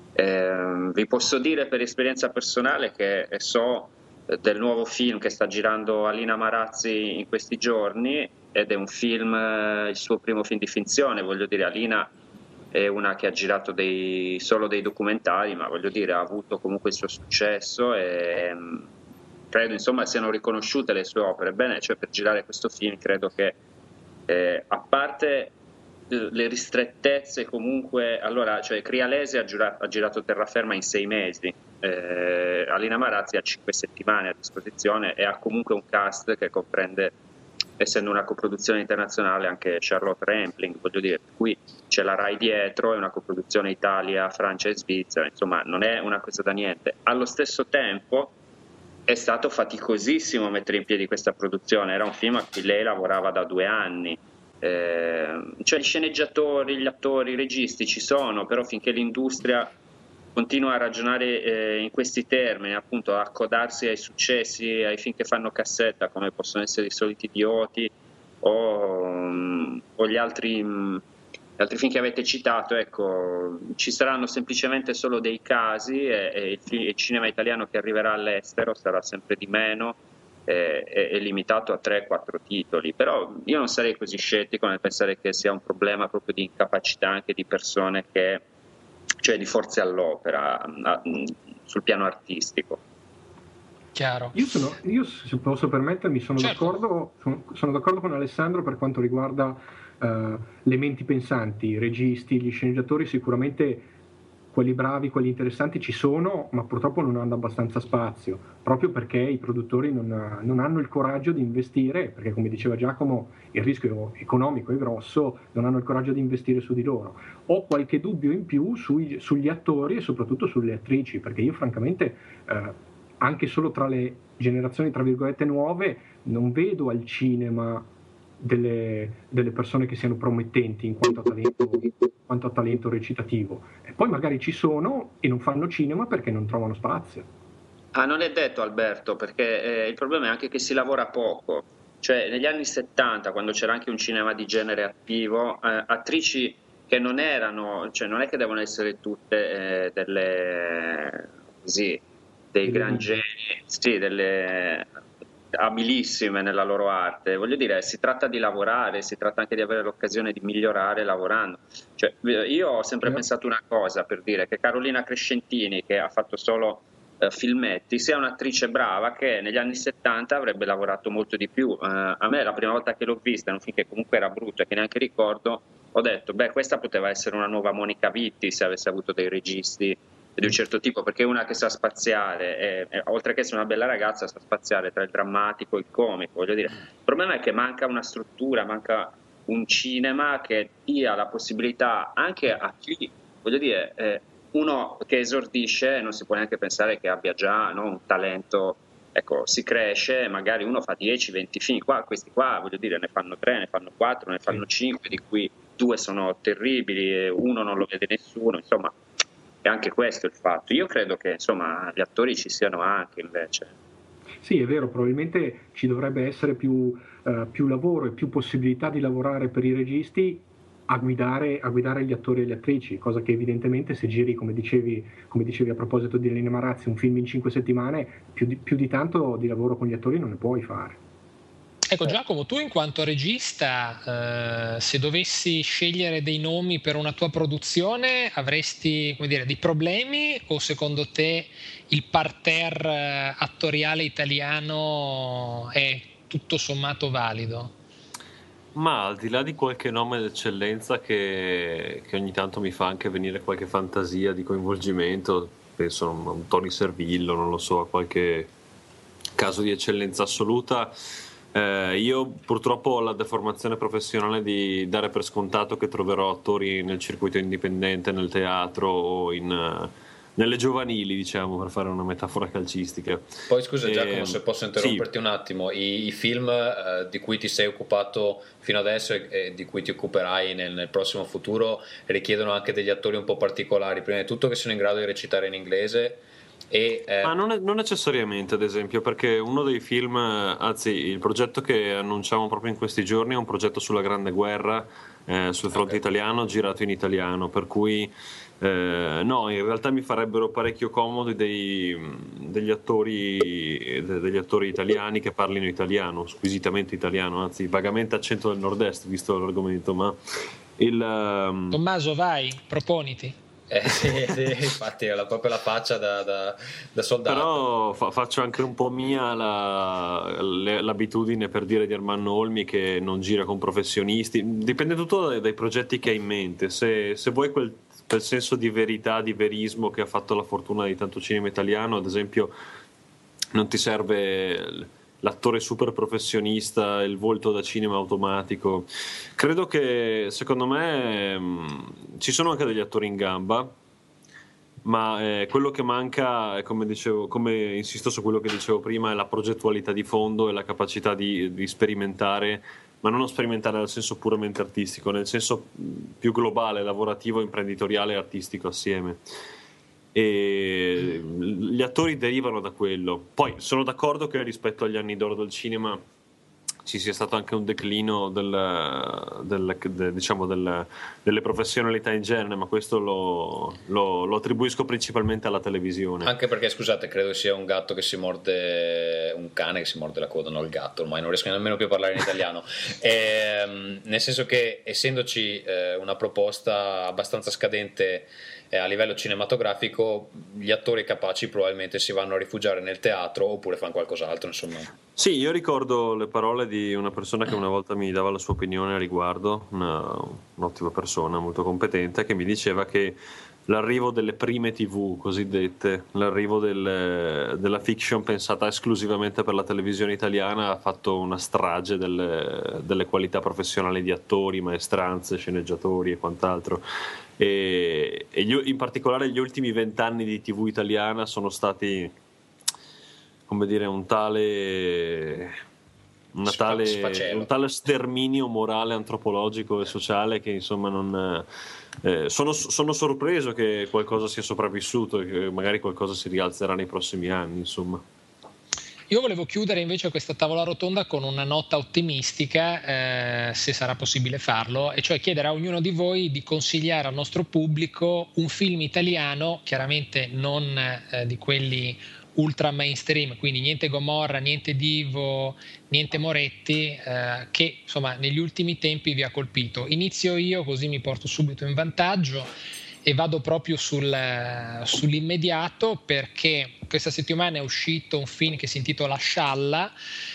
Eh, vi posso dire per esperienza personale che so del nuovo film che sta girando Alina Marazzi in questi giorni, ed è un film, il suo primo film di finzione. Voglio dire, Alina è una che ha girato dei, solo dei documentari, ma voglio dire ha avuto comunque il suo successo e credo insomma siano riconosciute le sue opere. Bene, cioè per girare questo film credo che eh, a parte le ristrettezze comunque. Allora, cioè Crialese ha, giurato, ha girato terraferma in sei mesi, eh, Alina Marazzi ha cinque settimane a disposizione e ha comunque un cast che comprende, essendo una coproduzione internazionale, anche Charlotte Rampling, voglio dire, per cui c'è la Rai dietro, è una coproduzione Italia, Francia e Svizzera, insomma non è una cosa da niente. Allo stesso tempo è stato faticosissimo mettere in piedi questa produzione, era un film a cui lei lavorava da due anni, eh, cioè gli sceneggiatori, gli attori, i registi ci sono, però finché l'industria continua a ragionare eh, in questi termini, appunto a accodarsi ai successi, ai film che fanno cassetta, come possono essere I Soliti Idioti o, um, o gli altri, um, gli altri film che avete citato, ecco, ci saranno semplicemente solo dei casi e, e il, il cinema italiano che arriverà all'estero sarà sempre di meno e, e, e limitato a tre quattro titoli. Però io non sarei così scettico nel pensare che sia un problema proprio di incapacità anche di persone che, cioè di forze all'opera a, sul piano artistico. Chiaro. Io, sono, io se posso permettermi sono, certo. d'accordo, sono, sono d'accordo con Alessandro per quanto riguarda uh, le menti pensanti, i registi, gli sceneggiatori. Sicuramente quelli bravi, quelli interessanti ci sono, ma purtroppo non hanno abbastanza spazio, proprio perché i produttori non, non hanno il coraggio di investire, perché come diceva Giacomo il rischio economico è grosso, non hanno il coraggio di investire su di loro. Ho qualche dubbio in più sui, sugli attori e soprattutto sulle attrici, perché io francamente eh, anche solo tra le generazioni tra virgolette nuove non vedo al cinema delle, delle persone che siano promettenti in quanto a talento, quanto a talento recitativo, e poi magari ci sono e non fanno cinema perché non trovano spazio. Ah, non è detto, Alberto, perché eh, il problema è anche che si lavora poco. Cioè negli anni settanta, quando c'era anche un cinema di genere attivo, eh, attrici che non erano, cioè non è che devono essere tutte eh, delle così, dei gran geni, sì, delle abilissime nella loro arte. Voglio dire, si tratta di lavorare, si tratta anche di avere l'occasione di migliorare lavorando. Cioè, io ho sempre eh. pensato una cosa, per dire che Carolina Crescentini, che ha fatto solo uh, filmetti, sia un'attrice brava che negli anni settanta avrebbe lavorato molto di più. Uh, a me la prima volta che l'ho vista, in un film che comunque era brutto e che neanche ricordo, ho detto, beh, questa poteva essere una nuova Monica Vitti se avesse avuto dei registi di un certo tipo, perché una che sa spaziare, e, e, oltre che essere una bella ragazza, sa spaziare tra il drammatico e il comico. Voglio dire, il problema è che manca una struttura, manca un cinema che dia la possibilità anche a chi, voglio dire, eh, uno che esordisce non si può neanche pensare che abbia già, no, un talento. Ecco, si cresce, magari uno fa dieci venti film, qua, questi qua, voglio dire, ne fanno tre, ne fanno quattro, ne fanno cinque, di cui due sono terribili e uno non lo vede nessuno, insomma. E anche questo è il fatto. Io credo che insomma gli attori ci siano anche, invece. Sì, è vero, probabilmente ci dovrebbe essere più, uh, più lavoro e più possibilità di lavorare per i registi a guidare, a guidare gli attori e le attrici, cosa che evidentemente se giri, come dicevi, come dicevi a proposito di Alina Marazzi, un film in cinque settimane, più di, più di tanto di lavoro con gli attori non ne puoi fare. Ecco Giacomo, tu in quanto regista, eh, se dovessi scegliere dei nomi per una tua produzione, avresti, come dire, dei problemi, o secondo te il parterre attoriale italiano è tutto sommato valido? Ma al di là di qualche nome d'eccellenza che, che ogni tanto mi fa anche venire qualche fantasia di coinvolgimento, penso a un Tony Servillo, non lo so, a qualche caso di eccellenza assoluta. Eh, io purtroppo ho la deformazione professionale di dare per scontato che troverò attori nel circuito indipendente, nel teatro o in, uh, nelle giovanili, diciamo, per fare una metafora calcistica. Poi scusa e, Giacomo, se posso interromperti sì. un attimo, i, i film uh, di cui ti sei occupato fino adesso e, e di cui ti occuperai nel, nel prossimo futuro richiedono anche degli attori un po' particolari, prima di tutto che siano in grado di recitare in inglese. E, eh... Ma non, è, non necessariamente, ad esempio, perché uno dei film, anzi il progetto che annunciamo proprio in questi giorni è un progetto sulla Grande Guerra eh, sul fronte okay. italiano, girato in italiano, per cui eh, no, in realtà mi farebbero parecchio comodi dei, degli attori degli attori italiani che parlino italiano, squisitamente italiano, anzi vagamente accento del nord-est, visto l'argomento, ma il um... Tommaso, vai, proponiti. Eh, sì, sì, infatti è la, proprio la faccia da, da, da soldato. Però fa, faccio anche un po' mia la, le, l'abitudine, per dire, di Ermanno Olmi, che non gira con professionisti. Dipende tutto dai, dai progetti che hai in mente. Se, se vuoi quel, quel senso di verità, di verismo che ha fatto la fortuna di tanto cinema italiano, ad esempio, non ti serve l'attore super professionista, il volto da cinema automatico. Credo che, secondo me, mh, ci sono anche degli attori in gamba, ma eh, quello che manca, come dicevo, come insisto su quello che dicevo prima, è la progettualità di fondo e la capacità di, di sperimentare, ma non sperimentare nel senso puramente artistico, nel senso più globale, lavorativo, imprenditoriale e artistico assieme. E gli attori derivano da quello. Poi sono d'accordo che rispetto agli anni d'oro del cinema ci sia stato anche un declino del, del, de, diciamo del, delle professionalità in genere, ma questo lo, lo, lo attribuisco principalmente alla televisione. Anche perché, scusate, credo sia un gatto che si morde, un cane che si morde la coda, non il gatto, ormai non riesco nemmeno più a parlare in italiano. E, nel senso che, essendoci eh, una proposta abbastanza scadente a livello cinematografico, gli attori capaci probabilmente si vanno a rifugiare nel teatro oppure fanno qualcos'altro, insomma. Sì, io ricordo le parole di una persona che una volta mi dava la sua opinione a riguardo, una, un'ottima persona, molto competente, che mi diceva che l'arrivo delle prime tivù cosiddette, l'arrivo del, della fiction pensata esclusivamente per la televisione italiana ha fatto una strage delle, delle qualità professionali di attori, maestranze, sceneggiatori e quant'altro. E, e gli, in particolare gli ultimi vent'anni di tivù italiana sono stati, come dire, un tale una tale, un tale sterminio morale, antropologico e sociale che insomma non eh, sono, sono sorpreso che qualcosa sia sopravvissuto e che magari qualcosa si rialzerà nei prossimi anni, insomma. Io volevo chiudere invece questa tavola rotonda con una nota ottimistica, eh, se sarà possibile farlo, e cioè chiedere a ognuno di voi di consigliare al nostro pubblico un film italiano, chiaramente non eh, di quelli ultra mainstream, quindi niente Gomorra, niente Divo, niente Moretti, eh, che insomma negli ultimi tempi vi ha colpito. Inizio io, così mi porto subito in vantaggio e vado proprio sul, sull'immediato, perché questa settimana è uscito un film che si intitola Scialla,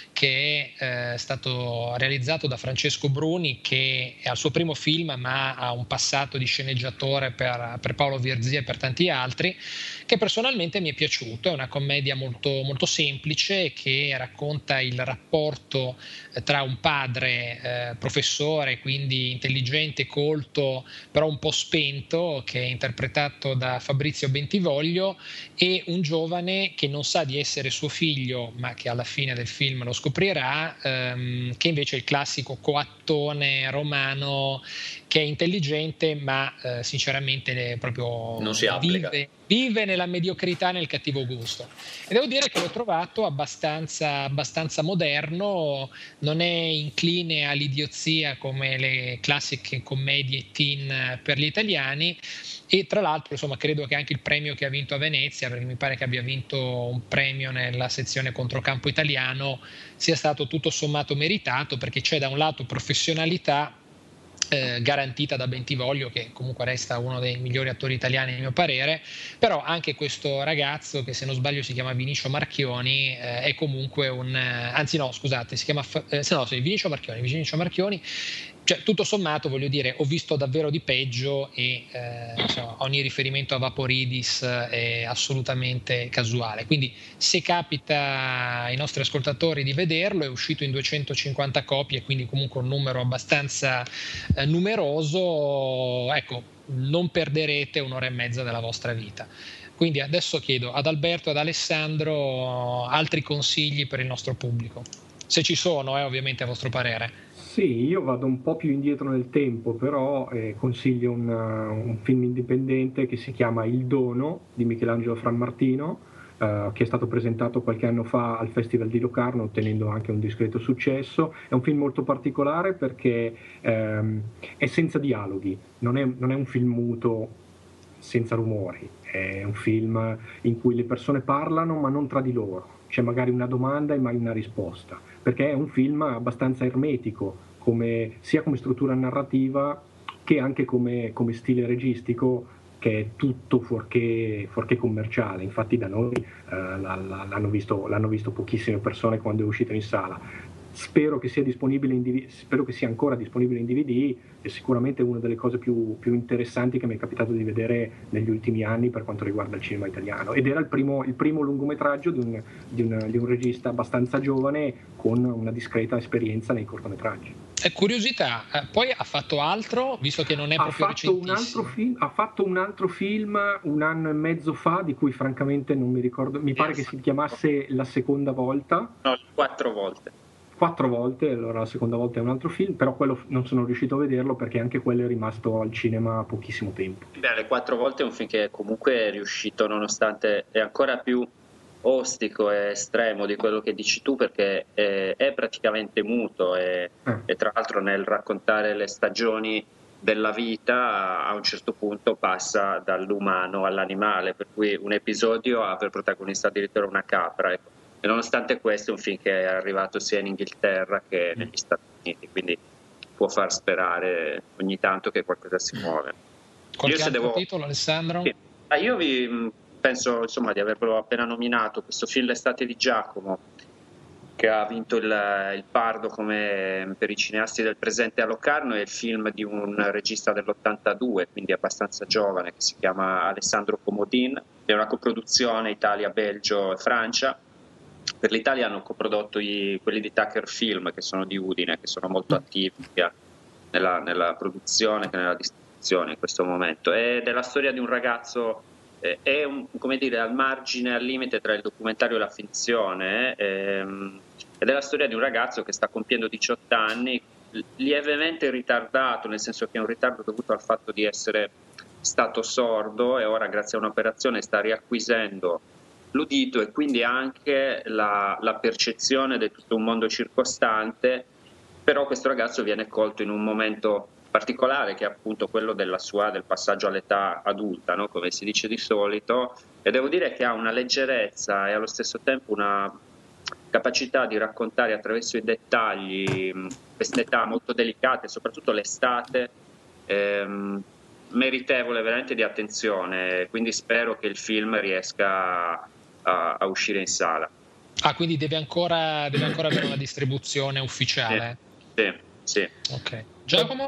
che è eh, stato realizzato da Francesco Bruni, che è al suo primo film ma ha un passato di sceneggiatore per, per Paolo Virzì e per tanti altri, che personalmente mi è piaciuto. È una commedia molto, molto semplice che racconta il rapporto eh, tra un padre eh, professore, quindi intelligente, colto, però un po' spento, che è interpretato da Fabrizio Bentivoglio, e un giovane che non sa di essere suo figlio, ma che alla fine del film lo scoprirà, ehm, che invece è il classico coattone romano che è intelligente ma eh, sinceramente proprio non si applica. Vive, vive nella mediocrità, nel cattivo gusto. E devo dire che l'ho trovato abbastanza, abbastanza moderno, non è incline all'idiozia come le classiche commedie teen per gli italiani, e tra l'altro insomma credo che anche il premio che ha vinto a Venezia, perché mi pare che abbia vinto un premio nella sezione controcampo italiano, sia stato tutto sommato meritato, perché c'è da un lato professionalità eh, garantita da Bentivoglio, che comunque resta uno dei migliori attori italiani a mio parere, però anche questo ragazzo, che se non sbaglio si chiama Vinicio Marchioni, eh, è comunque un eh, anzi no scusate si chiama eh, se no, sì, Vinicio Marchioni Vinicio Marchioni cioè tutto sommato, voglio dire, ho visto davvero di peggio, e eh, insomma, ogni riferimento a Vaporidis è assolutamente casuale. Quindi se capita ai nostri ascoltatori di vederlo, è uscito in duecentocinquanta copie, quindi comunque un numero abbastanza eh, numeroso, ecco, non perderete un'ora e mezza della vostra vita. Quindi adesso chiedo ad Alberto e ad Alessandro altri consigli per il nostro pubblico, se ci sono, eh, ovviamente a vostro parere. Sì, io vado un po' più indietro nel tempo, però eh, consiglio un, un film indipendente che si chiama Il Dono di Michelangelo Frammartino, eh, che è stato presentato qualche anno fa al Festival di Locarno, ottenendo anche un discreto successo. È un film molto particolare perché ehm, è senza dialoghi, non è, non è un film muto senza rumori, è un film in cui le persone parlano ma non tra di loro, c'è magari una domanda e mai una risposta, perché è un film abbastanza ermetico, come, sia come struttura narrativa che anche come, come stile registico, che è tutto fuorché, fuorché commerciale. Infatti da noi eh, l'hanno, visto, l'hanno visto pochissime persone quando è uscito in sala. Spero che sia disponibile in D V D, spero che sia ancora disponibile in D V D, è sicuramente una delle cose più, più interessanti che mi è capitato di vedere negli ultimi anni per quanto riguarda il cinema italiano, ed era il primo, il primo lungometraggio di un, di, un, di un regista abbastanza giovane con una discreta esperienza nei cortometraggi. Eh, curiosità, eh, poi ha fatto altro, visto che non è ha proprio fatto un altro film, ha fatto un altro film un anno e mezzo fa, di cui francamente non mi ricordo, mi pare che si chiamasse La seconda volta. No, quattro volte. Quattro volte, allora la seconda volta è un altro film, però quello non sono riuscito a vederlo perché anche quello è rimasto al cinema pochissimo tempo. Beh, le quattro volte è un film che comunque è riuscito, nonostante è ancora più ostico e estremo di quello che dici tu, perché è, è praticamente muto e, eh. e tra l'altro nel raccontare le stagioni della vita a un certo punto passa dall'umano all'animale, per cui un episodio ha per protagonista addirittura una capra, ecco. E nonostante questo è un film che è arrivato sia in Inghilterra che negli Stati Uniti, quindi può far sperare ogni tanto che qualcosa si muove. Qualche io altro devo... titolo, Alessandro? Sì. Ah, io vi penso insomma di averlo appena nominato, questo film L'estate di Giacomo, che ha vinto il, il Pardo come per i cineasti del presente a Locarno, è il film di un regista dell'ottantadue, quindi abbastanza giovane, che si chiama Alessandro Comodin, è una coproduzione Italia, Belgio e Francia. Per l'Italia hanno coprodotto i, quelli di Tucker Film, che sono di Udine, che sono molto attivi nella, nella produzione che nella distribuzione in questo momento. Ed è la storia di un ragazzo, eh, è un, come dire, al margine, al limite tra il documentario e la finzione, ehm, ed è la storia di un ragazzo che sta compiendo diciotto anni, lievemente ritardato, nel senso che è un ritardo dovuto al fatto di essere stato sordo e ora grazie a un'operazione sta riacquisendo l'udito e quindi anche la, la percezione di tutto un mondo circostante, però questo ragazzo viene colto in un momento particolare che è appunto quello della sua, del passaggio all'età adulta, no? Come si dice di solito, e devo dire che ha una leggerezza e allo stesso tempo una capacità di raccontare attraverso i dettagli queste età molto delicate, soprattutto l'estate, ehm, meritevole veramente di attenzione, quindi spero che il film riesca A, a uscire in sala. Ah, quindi deve ancora, deve ancora avere una distribuzione ufficiale? Sì, sì, sì. Ok. Giacomo?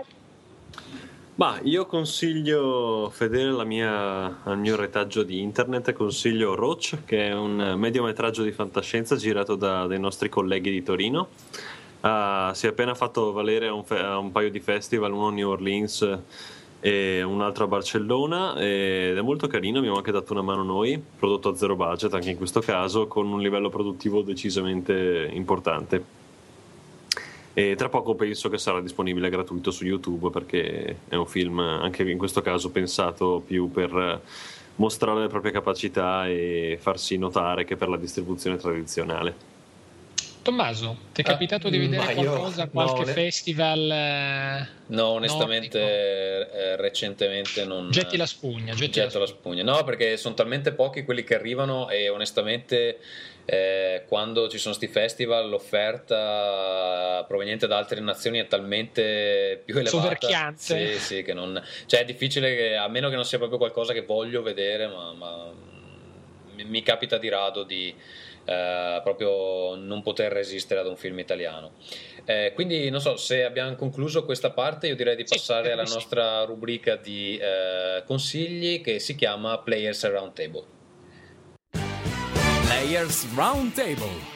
Ma io consiglio, fedele alla mia, al mio retaggio di internet, consiglio Roach, che è un mediometraggio di fantascienza girato da dei nostri colleghi di Torino. Uh, si è appena fatto valere a un, fe- a un paio di festival, uno a New Orleans e un altro a Barcellona, ed è molto carino. Abbiamo anche dato una mano noi, prodotto a zero budget anche in questo caso, con un livello produttivo decisamente importante, e tra poco penso che sarà disponibile gratuito su YouTube, perché è un film anche in questo caso pensato più per mostrare le proprie capacità e farsi notare che per la distribuzione tradizionale. Tommaso, ti è capitato uh, di vedere qualcosa, io, qualche no, festival? Eh, no, onestamente eh, recentemente non... Getti la spugna. Getti Getto la spugna. No, perché sono talmente pochi quelli che arrivano e onestamente eh, quando ci sono sti festival l'offerta proveniente da altre nazioni è talmente più elevata. Soverchiante. Sì, sì, che non... Cioè è difficile, che, a meno che non sia proprio qualcosa che voglio vedere, ma, ma mi, mi capita di rado di... Uh, proprio non poter resistere ad un film italiano. Eh, quindi non so se abbiamo concluso questa parte, io direi di passare sì, alla sì. nostra rubrica di uh, consigli, che si chiama Players Round Table. Players Round Table.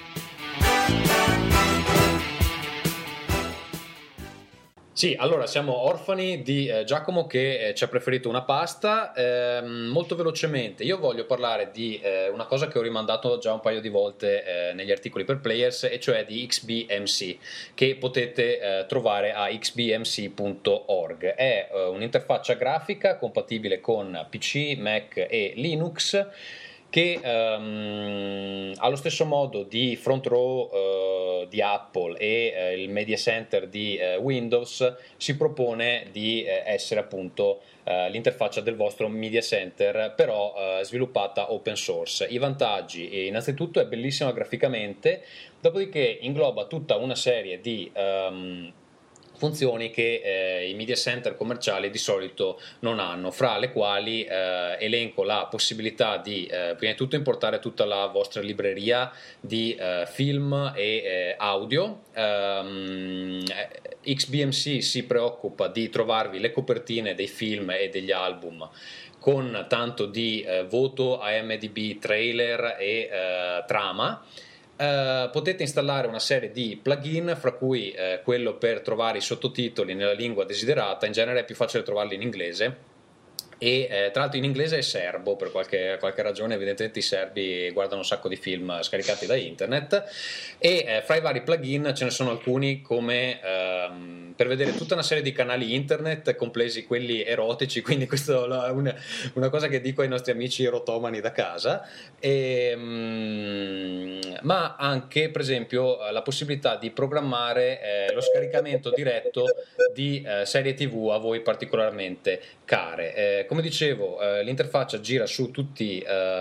Sì, allora siamo orfani di eh, Giacomo che eh, ci ha preferito una pasta. Eh, molto velocemente io voglio parlare di eh, una cosa che ho rimandato già un paio di volte eh, negli articoli per Players, e cioè di X B M C, che potete eh, trovare a x b m c punto org. È eh, un'interfaccia grafica compatibile con P C, Mac e Linux, che um, allo stesso modo di Front Row uh, di Apple e uh, il Media Center di uh, Windows si propone di uh, essere appunto uh, l'interfaccia del vostro Media Center, però uh, sviluppata open source. I vantaggi: innanzitutto è bellissima graficamente, dopodiché ingloba tutta una serie di um, funzioni che eh, i media center commerciali di solito non hanno, fra le quali eh, elenco la possibilità di eh, prima di tutto importare tutta la vostra libreria di eh, film e eh, audio. um, X B M C si preoccupa di trovarvi le copertine dei film e degli album con tanto di eh, voto, I M D B, trailer e eh, trama. Uh, potete installare una serie di plugin, fra cui uh, quello per trovare i sottotitoli nella lingua desiderata. In genere è più facile trovarli in inglese, e eh, tra l'altro in inglese è serbo, per qualche, qualche ragione evidentemente i serbi guardano un sacco di film scaricati da internet, e eh, fra i vari plugin ce ne sono alcuni come ehm, per vedere tutta una serie di canali internet, compresi quelli erotici, quindi questo è una, una cosa che dico ai nostri amici erotomani da casa, e, mm, ma anche per esempio la possibilità di programmare eh, lo scaricamento diretto di eh, serie tv a voi particolarmente care. Eh, come dicevo, eh, l'interfaccia gira su tutti,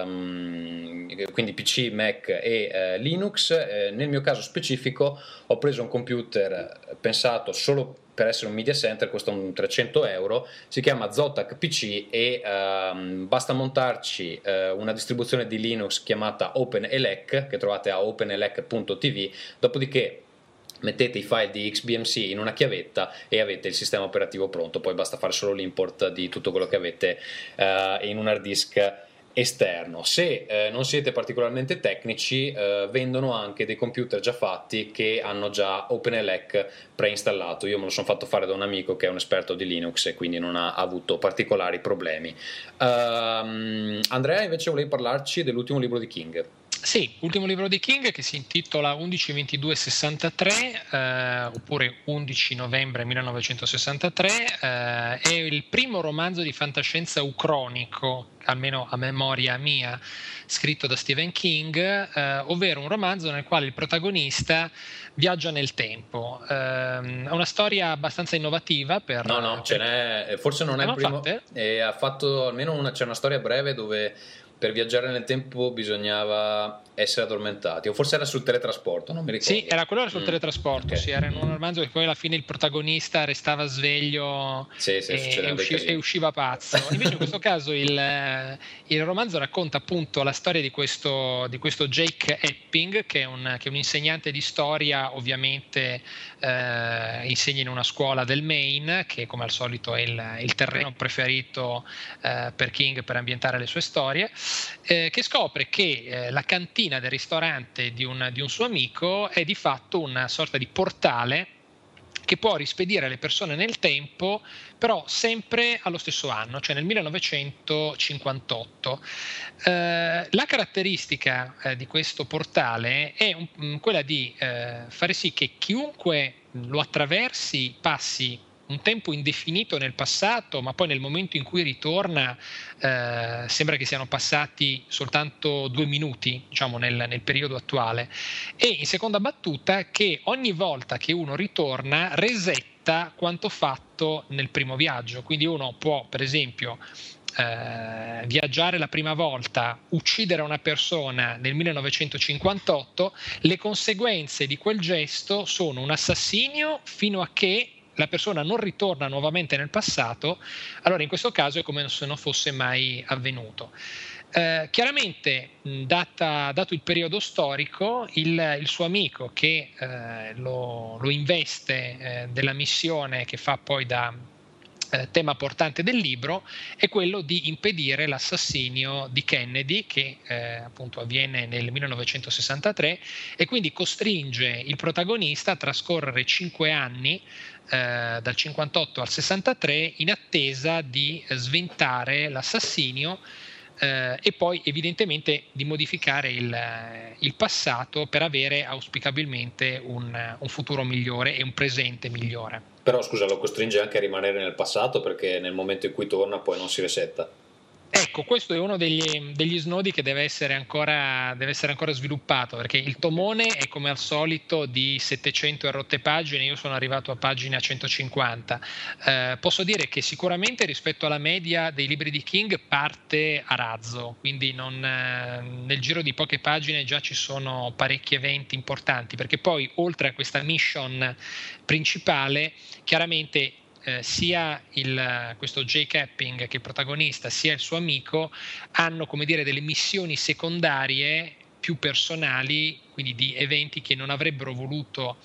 ehm, quindi P C, Mac e eh, Linux. Eh, nel mio caso specifico ho preso un computer pensato solo per essere un media center, costa un trecento euro, si chiama Zotac P C e ehm, basta montarci eh, una distribuzione di Linux chiamata OpenELEC, che trovate a openelec punto t v, dopodiché mettete i file di X B M C in una chiavetta e avete il sistema operativo pronto. Poi basta fare solo l'import di tutto quello che avete uh, in un hard disk esterno. Se eh, non siete particolarmente tecnici, eh, vendono anche dei computer già fatti che hanno già OpenELEC preinstallato. Io me lo sono fatto fare da un amico che è un esperto di Linux e quindi non ha avuto particolari problemi. um, Andrea, invece volevi parlarci dell'ultimo libro di King. Sì, ultimo libro di King, che si intitola undici ventidue sessantatré, eh, oppure undici novembre millenovecentosessantatré, eh, è il primo romanzo di fantascienza ucronico, almeno a memoria mia, scritto da Stephen King, eh, ovvero un romanzo nel quale il protagonista viaggia nel tempo. Eh, è una storia abbastanza innovativa per... No, no, ce n'è, forse non è il primo, e ha fatto almeno una, c'è una storia breve dove per viaggiare nel tempo bisognava essere addormentati, o forse era sul teletrasporto, non mi ricordo. Sì, era quello sul mm. teletrasporto, okay. Sì, era in un romanzo che poi alla fine il protagonista restava sveglio sì, sì, e, e, usci- e usciva pazzo. Invece in questo caso il, il romanzo racconta appunto la storia di questo, di questo Jake Epping, che è, un, che è un insegnante di storia, ovviamente eh, insegna in una scuola del Maine, che come al solito è il, il terreno preferito eh, per King per ambientare le sue storie, eh, che scopre che eh, la cantina del ristorante di un, di un suo amico è di fatto una sorta di portale che può rispedire le persone nel tempo, però sempre allo stesso anno, cioè nel millenovecentocinquantotto. Eh, la caratteristica eh, di questo portale è un, quella di eh, fare sì che chiunque lo attraversi passi un tempo indefinito nel passato, ma poi nel momento in cui ritorna eh, sembra che siano passati soltanto due minuti, diciamo, nel, nel periodo attuale. E in seconda battuta che ogni volta che uno ritorna resetta quanto fatto nel primo viaggio. Quindi uno può, per esempio, eh, viaggiare la prima volta, uccidere una persona nel millenovecentocinquantotto, le conseguenze di quel gesto sono un assassinio fino a che la persona non ritorna nuovamente nel passato. Allora in questo caso è come se non fosse mai avvenuto. Eh, chiaramente data, dato il periodo storico, il, il suo amico che eh, lo, lo investe eh, della missione che fa poi da eh, tema portante del libro è quello di impedire l'assassinio di Kennedy, che eh, appunto avviene nel millenovecentosessantatré, e quindi costringe il protagonista a trascorrere cinque anni Eh, dal cinquantotto al sessantatré in attesa di sventare l'assassinio eh, e poi evidentemente di modificare il, il passato per avere auspicabilmente un, un futuro migliore e un presente migliore. Però scusa, lo costringe anche a rimanere nel passato, perché nel momento in cui torna poi non si resetta. Ecco, questo è uno degli, degli snodi che deve essere, ancora, deve essere ancora sviluppato, perché il tomone è come al solito di settecento e rotte pagine, io sono arrivato a pagina centocinquanta. Eh, posso dire che sicuramente rispetto alla media dei libri di King parte a razzo, quindi non, eh, nel giro di poche pagine già ci sono parecchi eventi importanti, perché poi oltre a questa mission principale, chiaramente Eh, sia il, questo Jake Epping che il protagonista sia il suo amico hanno, come dire, delle missioni secondarie più personali, quindi di eventi che non avrebbero voluto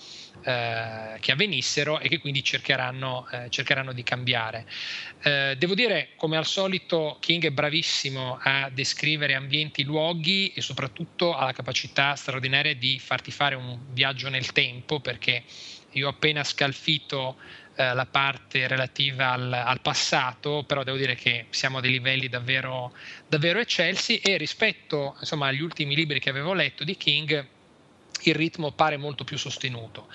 eh, che avvenissero e che quindi cercheranno, eh, cercheranno di cambiare. Eh, devo dire, come al solito, King è bravissimo a descrivere ambienti, luoghi e soprattutto ha la capacità straordinaria di farti fare un viaggio nel tempo, perché io ho appena scalfito la parte relativa al, al passato, però devo dire che siamo a dei livelli davvero, davvero eccelsi, e rispetto, insomma, agli ultimi libri che avevo letto di King il ritmo pare molto più sostenuto.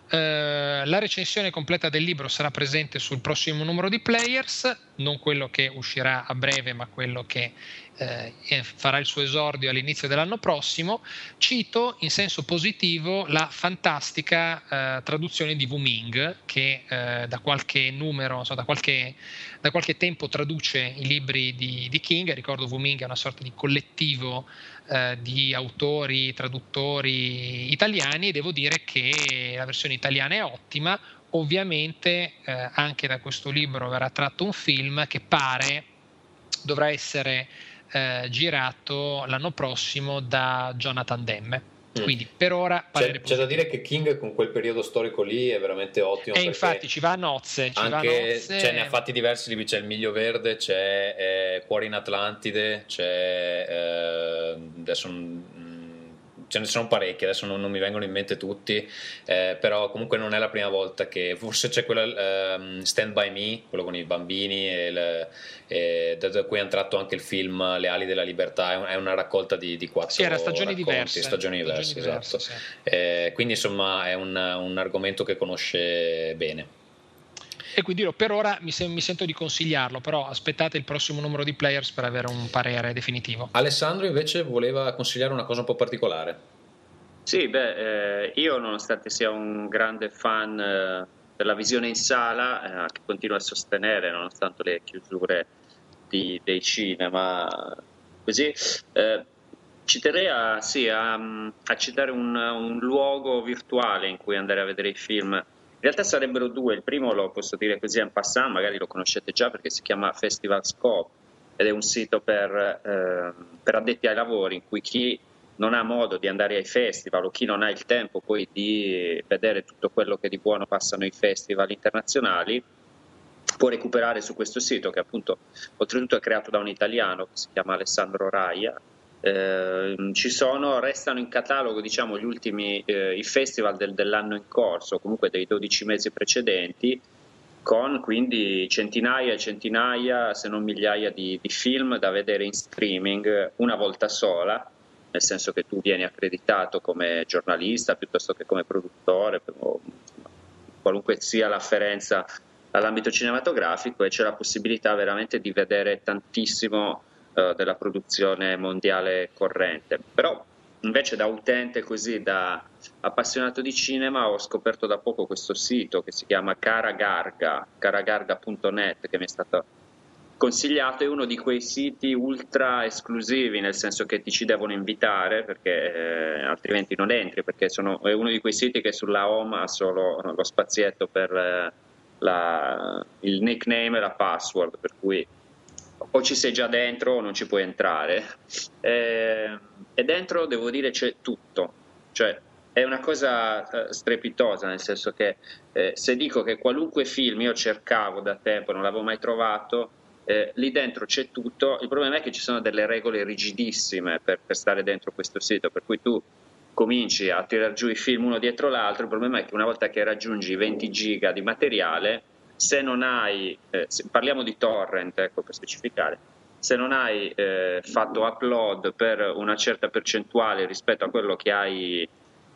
Uh, la recensione completa del libro sarà presente sul prossimo numero di Players, non quello che uscirà a breve ma quello che eh, farà il suo esordio all'inizio dell'anno prossimo. Cito in senso positivo la fantastica eh, traduzione di Wu Ming, che eh, da qualche numero, insomma, da, qualche, da qualche tempo traduce i libri di, di King. Ricordo, Wu Ming è una sorta di collettivo eh, di autori, traduttori italiani, e devo dire che la versione italiana è ottima. Ovviamente eh, anche da questo libro verrà tratto un film che pare dovrà essere eh, girato l'anno prossimo da Jonathan Demme. Mm. Quindi per ora c'è, c'è da dire che King con quel periodo storico lì è veramente ottimo, e infatti ci va a nozze, ci anche, va a nozze. Cioè, ne ha fatti diversi libri, c'è Il Miglio Verde, c'è eh, Cuore in Atlantide, c'è eh, adesso mh, ce ne sono parecchi, adesso non, non mi vengono in mente tutti, eh, però comunque non è la prima volta che, forse c'è quello um, Stand By Me, quello con i bambini, e il, e da cui hanno tratto anche il film Le ali della libertà, è una raccolta di, di quattro sì, era stagioni racconti, diverse, stagioni diverse, stagioni diverse, esatto. Sì. Eh, quindi insomma è un, un argomento che conosce bene. E quindi io per ora mi, se- mi sento di consigliarlo, però aspettate il prossimo numero di Players per avere un parere definitivo. Alessandro invece voleva consigliare una cosa un po' particolare. Sì, beh, eh, io nonostante sia un grande fan eh, della visione in sala, eh, che continuo a sostenere nonostante le chiusure di, dei cinema, così, eh, ci terrei a, sì, a, a citare un, un luogo virtuale in cui andare a vedere i film. In realtà sarebbero due, il primo lo posso dire così en passant, magari lo conoscete già perché si chiama Festival Scope ed è un sito per, eh, per addetti ai lavori in cui chi non ha modo di andare ai festival o chi non ha il tempo poi di vedere tutto quello che di buono passano i festival internazionali può recuperare su questo sito, che appunto oltretutto è creato da un italiano che si chiama Alessandro Raia. Eh, ci sono, restano in catalogo diciamo gli ultimi eh, i festival del, dell'anno in corso, comunque dei dodici mesi precedenti, con quindi centinaia e centinaia se non migliaia di, di film da vedere in streaming una volta sola, nel senso che tu vieni accreditato come giornalista piuttosto che come produttore o qualunque sia l'afferenza all'ambito cinematografico, e c'è la possibilità veramente di vedere tantissimo della produzione mondiale corrente. Però invece da utente, così da appassionato di cinema, ho scoperto da poco questo sito che si chiama Caragarga, caragarga punto net, che mi è stato consigliato. È uno di quei siti ultra esclusivi, nel senso che ti ci devono invitare perché eh, altrimenti non entri, perché sono, è uno di quei siti che sulla home ha solo lo spazietto per eh, la, il nickname e la password, per cui o ci sei già dentro o non ci puoi entrare, eh, e dentro devo dire c'è tutto, cioè è una cosa eh, strepitosa, nel senso che eh, se dico che qualunque film io cercavo da tempo non l'avevo mai trovato, eh, lì dentro c'è tutto. Il problema è che ci sono delle regole rigidissime per, per stare dentro questo sito, per cui tu cominci a tirar giù i film uno dietro l'altro. Il problema è che una volta che raggiungi venti giga di materiale, se non hai, eh, se parliamo di torrent, ecco, per specificare, se non hai eh, fatto upload per una certa percentuale rispetto a quello che hai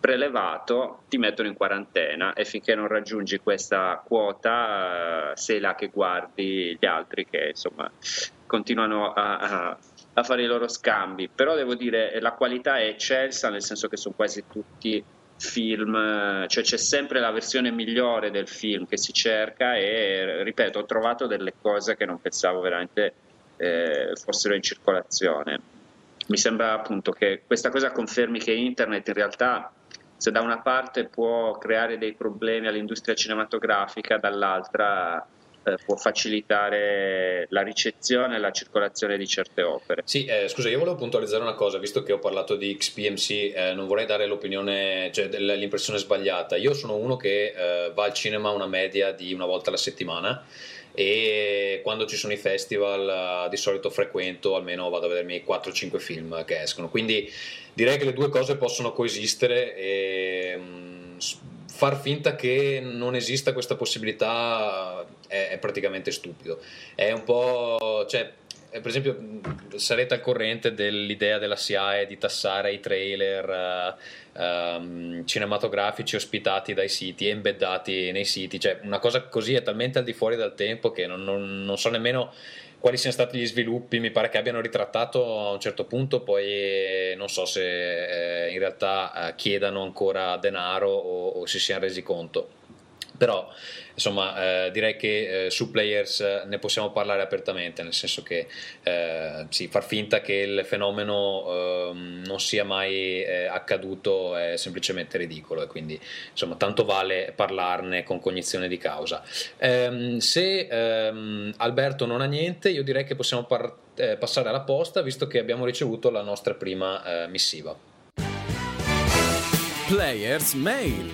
prelevato, ti mettono in quarantena e finché non raggiungi questa quota eh, sei là che guardi gli altri che insomma continuano a, a, a fare i loro scambi. Però devo dire la qualità è eccelsa, nel senso che sono quasi tutti film, cioè c'è sempre la versione migliore del film che si cerca e ripeto, ho trovato delle cose che non pensavo veramente eh, fossero in circolazione. Mi sembra appunto che questa cosa confermi che internet in realtà, se da una parte può creare dei problemi all'industria cinematografica, dall'altra eh, può facilitare la ricezione e la circolazione di certe opere. Sì, eh, scusa, io volevo puntualizzare una cosa, visto che ho parlato di X P M C, eh, non vorrei dare l'opinione, cioè l'impressione sbagliata. Io sono uno che eh, va al cinema una media di una volta alla settimana, e quando ci sono i festival uh, di solito frequento, almeno vado a vedermi quattro cinque film che escono, quindi direi che le due cose possono coesistere e um, far finta che non esista questa possibilità è, è praticamente stupido. È un po', cioè, per esempio sarete al corrente dell'idea della S I A E di tassare i trailer uh, um, cinematografici ospitati dai siti, embeddati nei siti, cioè una cosa così è talmente al di fuori dal tempo che non, non, non so nemmeno quali siano stati gli sviluppi. Mi pare che abbiano ritrattato a un certo punto, poi non so se eh, in realtà eh, chiedano ancora denaro o, o si siano resi conto. Però insomma eh, direi che eh, su Players eh, ne possiamo parlare apertamente, nel senso che eh, sì, far finta che il fenomeno eh, non sia mai eh, accaduto è semplicemente ridicolo, e quindi insomma tanto vale parlarne con cognizione di causa. Ehm, se ehm, Alberto non ha niente, io direi che possiamo par- eh, passare alla posta, visto che abbiamo ricevuto la nostra prima eh, missiva. Players Mail.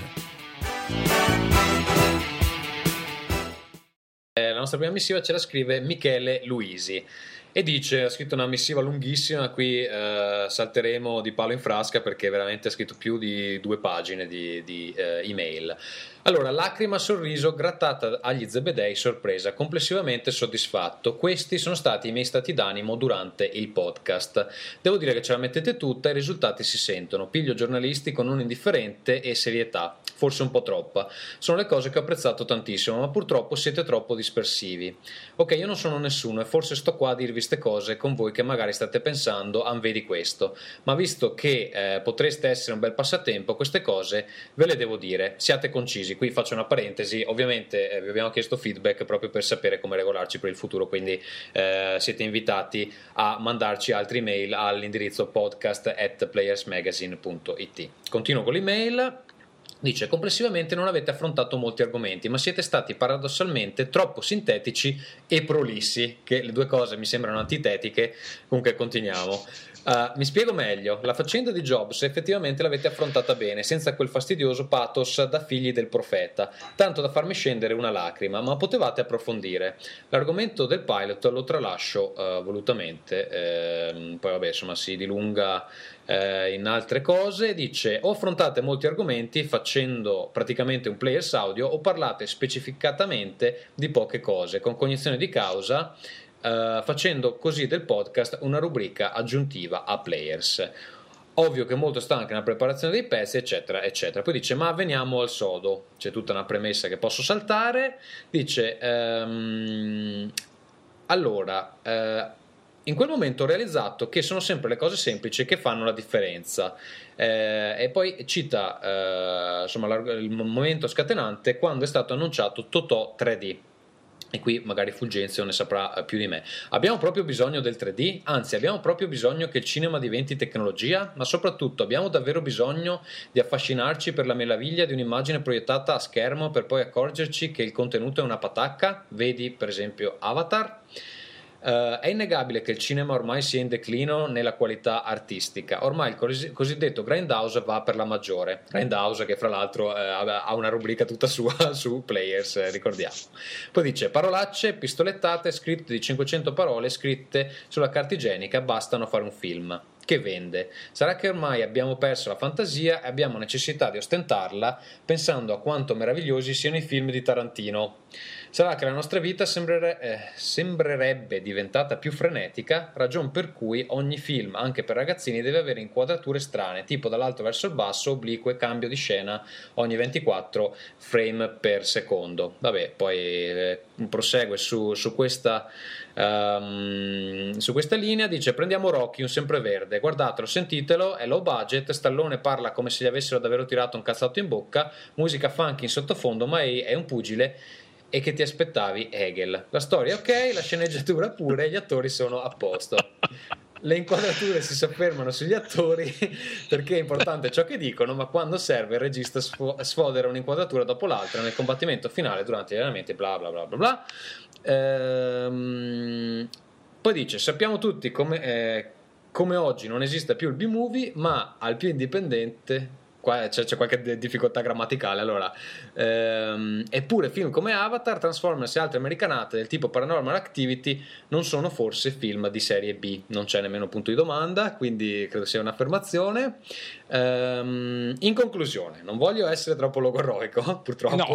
La nostra prima missiva ce la scrive Michele Luisi e dice, ha scritto una missiva lunghissima, qui eh, salteremo di palo in frasca perché veramente ha scritto più di due pagine di, di eh, email. Allora, lacrima, sorriso, grattata agli zebedei, sorpresa, complessivamente soddisfatto. Questi sono stati i miei stati d'animo durante il podcast. Devo dire che ce la mettete tutta, i risultati si sentono. Piglio giornalistico non indifferente e serietà, forse un po' troppa. Sono le cose che ho apprezzato tantissimo, ma purtroppo siete troppo dispersivi. Ok, io non sono nessuno e forse sto qua a dirvi queste cose con voi che magari state pensando, ah, vedi questo, ma visto che eh, potreste essere un bel passatempo, queste cose ve le devo dire, siate concisi. Qui faccio una parentesi, ovviamente eh, vi abbiamo chiesto feedback proprio per sapere come regolarci per il futuro, quindi eh, siete invitati a mandarci altri email all'indirizzo podcast at playersmagazine punto it. Continuo con l'email. Dice, complessivamente non avete affrontato molti argomenti, ma siete stati paradossalmente troppo sintetici e prolissi, che le due cose mi sembrano antitetiche. Comunque continuiamo. Uh, mi spiego meglio, la faccenda di Jobs effettivamente l'avete affrontata bene, senza quel fastidioso pathos da figli del profeta, tanto da farmi scendere una lacrima, ma potevate approfondire. L'argomento del pilot lo tralascio uh, volutamente, eh, poi vabbè insomma si dilunga eh, in altre cose. Dice, o affrontate molti argomenti facendo praticamente un players audio, o parlate specificatamente di poche cose, con cognizione di causa, Uh, facendo così del podcast una rubrica aggiuntiva a Players. Ovvio che molto sta anche nella preparazione dei pezzi, eccetera eccetera. Poi dice, ma veniamo al sodo, c'è tutta una premessa che posso saltare. Dice um, allora uh, in quel momento ho realizzato che sono sempre le cose semplici che fanno la differenza, eh, e poi cita uh, insomma il momento scatenante quando è stato annunciato Totò tre D. E qui magari Fulgenzio ne saprà più di me. Abbiamo proprio bisogno del tre D? Anzi, abbiamo proprio bisogno che il cinema diventi tecnologia? Ma soprattutto abbiamo davvero bisogno di affascinarci per la meraviglia di un'immagine proiettata a schermo per poi accorgerci che il contenuto è una patacca? Vedi per esempio Avatar? Uh, è innegabile che il cinema ormai sia in declino nella qualità artistica. Ormai il cos- cosiddetto Grindhouse va per la maggiore. Grindhouse che fra l'altro uh, ha una rubrica tutta sua su Players, eh, ricordiamo. Poi dice, parolacce, pistolettate, script di cinquecento parole scritte sulla carta igienica bastano a fare un film che vende. Sarà che ormai abbiamo perso la fantasia e abbiamo necessità di ostentarla pensando a quanto meravigliosi siano i film di Tarantino. sarà che la nostra vita sembrere, eh, sembrerebbe diventata più frenetica, ragion per cui ogni film, anche per ragazzini, deve avere inquadrature strane, tipo dall'alto verso il basso, oblique, cambio di scena ogni ventiquattro frame per secondo. Vabbè, poi eh, prosegue su, su questa um, su questa linea, dice: prendiamo Rocky, un sempreverde, guardatelo, sentitelo, è low budget, Stallone parla come se gli avessero davvero tirato un cazzotto in bocca, musica funky in sottofondo, ma è un pugile. E che ti aspettavi? Hegel. La storia è ok, la sceneggiatura pure, gli attori sono a posto. Le inquadrature si soffermano sugli attori perché è importante ciò che dicono, ma quando serve il regista sfodera un'inquadratura dopo l'altra nel combattimento finale, durante gli allenamenti, bla bla bla bla bla. Ehm, poi dice: sappiamo tutti come, eh, come oggi non esiste più il B-movie, ma al più indipendente. Qua c'è, c'è qualche difficoltà grammaticale. Allora, ehm, eppure film come Avatar, Transformers e altre americanate del tipo Paranormal Activity non sono forse film di serie B. Non c'è nemmeno punto di domanda, quindi credo sia un'affermazione. Ehm, in conclusione, non voglio essere troppo logorroico, purtroppo no.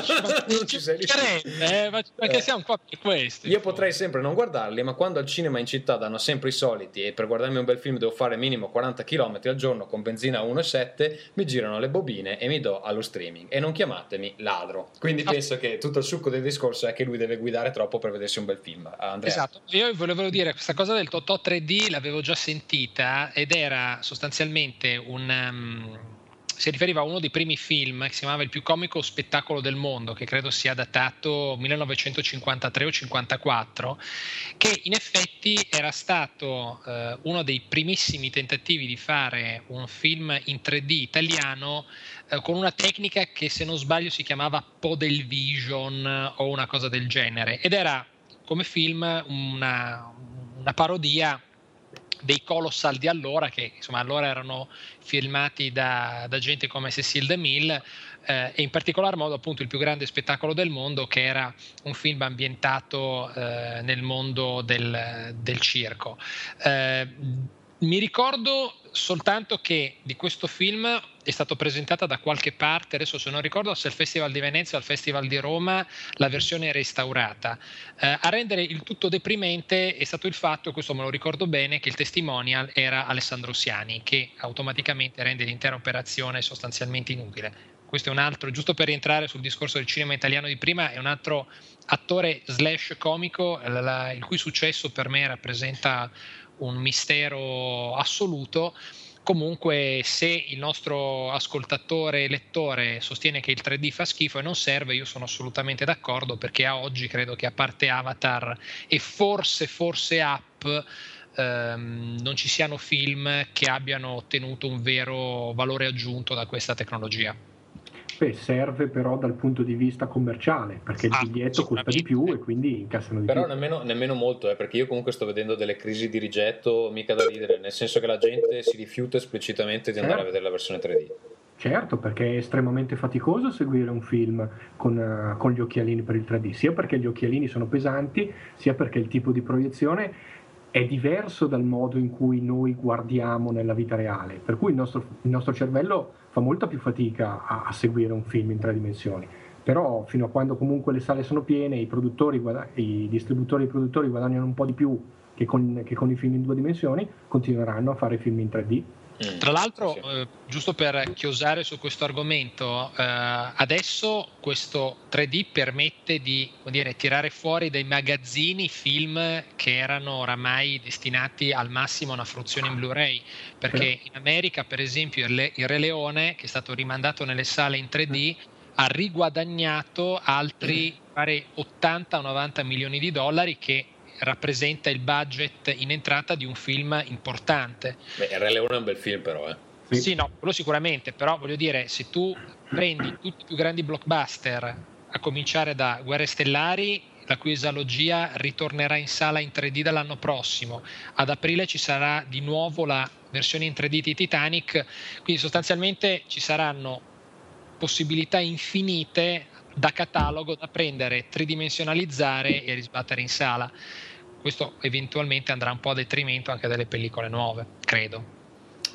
non ci sei riuscito, eh, perché eh, siamo qua per questo. Io potrei sempre non guardarli, ma quando al cinema in città danno sempre i soliti e per guardarmi un bel film devo fare minimo quaranta chilometri al giorno con benzina a uno virgola sette, mi girano le bobine e mi do allo streaming. E non chiamatemi ladro. Quindi ah. penso che tutto il succo del discorso è che lui deve guidare troppo per vedersi un bel film. Andrea. Esatto, io volevo dire questa cosa del Totò tre D l'avevo già sentita ed era sostanzialmente un um, si riferiva a uno dei primi film che si chiamava Il più comico spettacolo del mondo, che credo sia datato millenovecentocinquantatré o cinquantaquattro, che in effetti era stato eh, uno dei primissimi tentativi di fare un film in tre D italiano eh, con una tecnica che, se non sbaglio, si chiamava Podel Vision o una cosa del genere, ed era come film una, una parodia dei Colossal di allora, che insomma allora erano filmati da, da gente come Cecil DeMille, eh, e in particolar modo appunto Il più grande spettacolo del mondo, che era un film ambientato eh, nel mondo del, del circo. Eh, mi ricordo soltanto che di questo film è stato presentata da qualche parte, adesso se non ricordo se al Festival di Venezia o al Festival di Roma, la versione restaurata. Eh, a rendere il tutto deprimente è stato il fatto, questo me lo ricordo bene, che il testimonial era Alessandro Siani, che automaticamente rende l'intera operazione sostanzialmente inutile. Questo è un altro, giusto per rientrare sul discorso del cinema italiano di prima, è un altro attore slash comico la, la, il cui successo per me rappresenta un mistero assoluto. Comunque, se il nostro ascoltatore e lettore sostiene che il tre D fa schifo e non serve, io sono assolutamente d'accordo, perché a oggi credo che, a parte Avatar e forse forse Up, ehm, non ci siano film che abbiano ottenuto un vero valore aggiunto da questa tecnologia. Beh, serve però dal punto di vista commerciale, perché il ah, biglietto costa di più e quindi incassano di però più. Però nemmeno, nemmeno molto, eh, perché io comunque sto vedendo delle crisi di rigetto mica da ridere, nel senso che la gente si rifiuta esplicitamente di andare certo. a vedere la versione tre D. Certo, perché è estremamente faticoso seguire un film con, uh, con gli occhialini per il tre D, sia perché gli occhialini sono pesanti, sia perché il tipo di proiezione è diverso dal modo in cui noi guardiamo nella vita reale, per cui il nostro, il nostro cervello fa molta più fatica a, a seguire un film in tre dimensioni. Però fino a quando comunque le sale sono piene, i produttori, i distributori e i produttori guadagnano un po' di più che con, che con i film in due dimensioni, continueranno a fare film in tre D. Tra l'altro, eh, giusto per chiosare su questo argomento, eh, adesso questo tre D permette di, come dire, tirare fuori dai magazzini film che erano oramai destinati al massimo a una fruizione in Blu-ray, perché in America, per esempio, il, il Re Leone, che è stato rimandato nelle sale in tre D, ha riguadagnato altri pare ottanta o novanta milioni di dollari, che rappresenta il budget in entrata di un film importante. Beh, il Re Leone è un bel film, però eh. sì. sì, no, quello sicuramente, però voglio dire, se tu prendi tutti i più grandi blockbuster, a cominciare da Guerre Stellari, la cui esalogia ritornerà in sala in tre D dall'anno prossimo, ad aprile ci sarà di nuovo la versione in tre D di Titanic, quindi sostanzialmente ci saranno possibilità infinite da catalogo da prendere, tridimensionalizzare e risbattere in sala. Questo eventualmente andrà un po' a detrimento anche delle pellicole nuove, credo.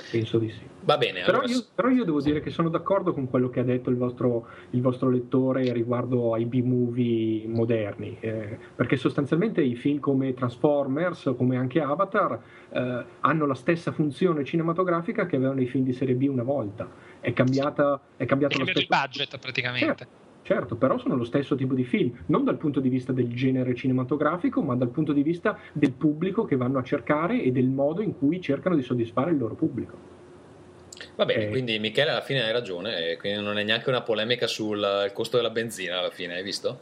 Penso di sì. Va bene. Però, allora... io, però io devo dire che sono d'accordo con quello che ha detto il vostro, il vostro lettore riguardo ai B-movie moderni, eh, perché sostanzialmente i film come Transformers, come anche Avatar, eh, hanno la stessa funzione cinematografica che avevano i film di serie B una volta. È cambiata, è cambiato lo stesso... il budget praticamente. Certo, certo, però sono lo stesso tipo di film, non dal punto di vista del genere cinematografico, ma dal punto di vista del pubblico che vanno a cercare e del modo in cui cercano di soddisfare il loro pubblico. Va bene, Eh. quindi Michele alla fine hai ragione, e quindi non è neanche una polemica sul costo della benzina alla fine, hai visto?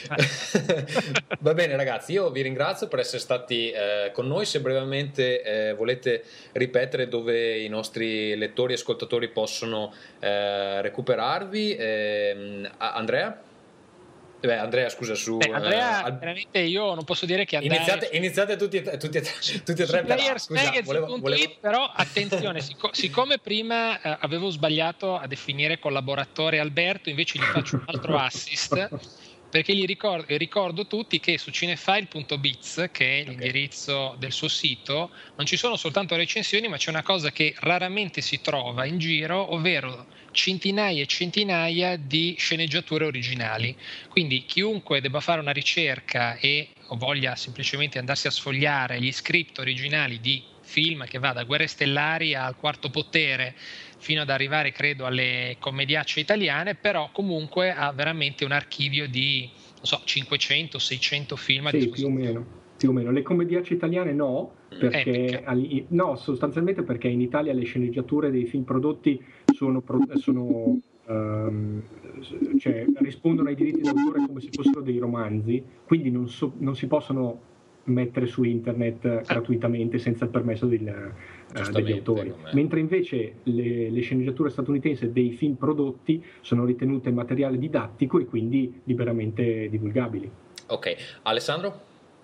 Va bene ragazzi, io vi ringrazio per essere stati eh, con noi. Se brevemente eh, volete ripetere dove i nostri lettori e ascoltatori possono eh, recuperarvi, eh, Andrea? Beh, Andrea, scusa, su Beh, Andrea, eh, al... veramente io non posso dire che andare iniziate, iniziate tutti, tutti, tutti e tre per playersmagazine punto it, volevo... però attenzione, sic- siccome prima eh, avevo sbagliato a definire collaboratore Alberto, invece gli faccio un altro assist, perché gli ricordo, ricordo tutti che su cinefile punto biz, che è l'indirizzo okay. del suo sito, non ci sono soltanto recensioni, ma c'è una cosa che raramente si trova in giro, ovvero centinaia e centinaia di sceneggiature originali. Quindi chiunque debba fare una ricerca e o voglia semplicemente andarsi a sfogliare gli script originali di film che va da Guerre Stellari al Quarto Potere fino ad arrivare credo alle commediacce italiane, però comunque ha veramente un archivio di non so, cinquecento seicento film. Sì, più o meno, più o meno. Le commediacce italiane no, perché eh, no, sostanzialmente perché in Italia le sceneggiature dei film prodotti sono, sono um, cioè, rispondono ai diritti d'autore come se fossero dei romanzi, quindi non, so, non si possono mettere su internet gratuitamente senza il permesso del, uh, degli autori, mentre invece le, le sceneggiature statunitensi dei film prodotti sono ritenute materiale didattico e quindi liberamente divulgabili. Ok, Alessandro?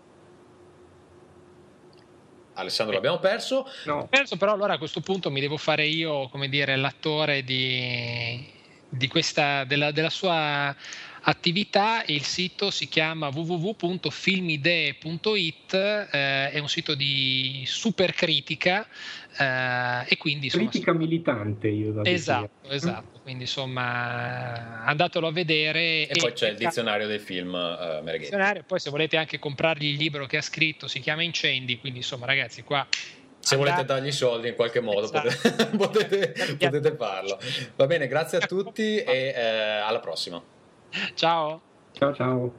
Alessandro l'abbiamo perso. No. Perso, però allora a questo punto mi devo fare io, come dire, l'attore di, di questa, della, della sua attività. Il sito si chiama w w w punto filmidee punto it, eh, è un sito di super critica eh, e quindi insomma, critica militante io da esatto, dire. esatto quindi insomma andatelo a vedere e, e poi c'è il dizionario dei film uh, dizionario. Poi se volete anche comprargli il libro che ha scritto, si chiama Incendi, quindi insomma ragazzi qua se volete dargli i soldi in qualche modo esatto. potete, potete, potete farlo. Va bene, grazie a tutti e eh, alla prossima. Ciao. Ciao ciao.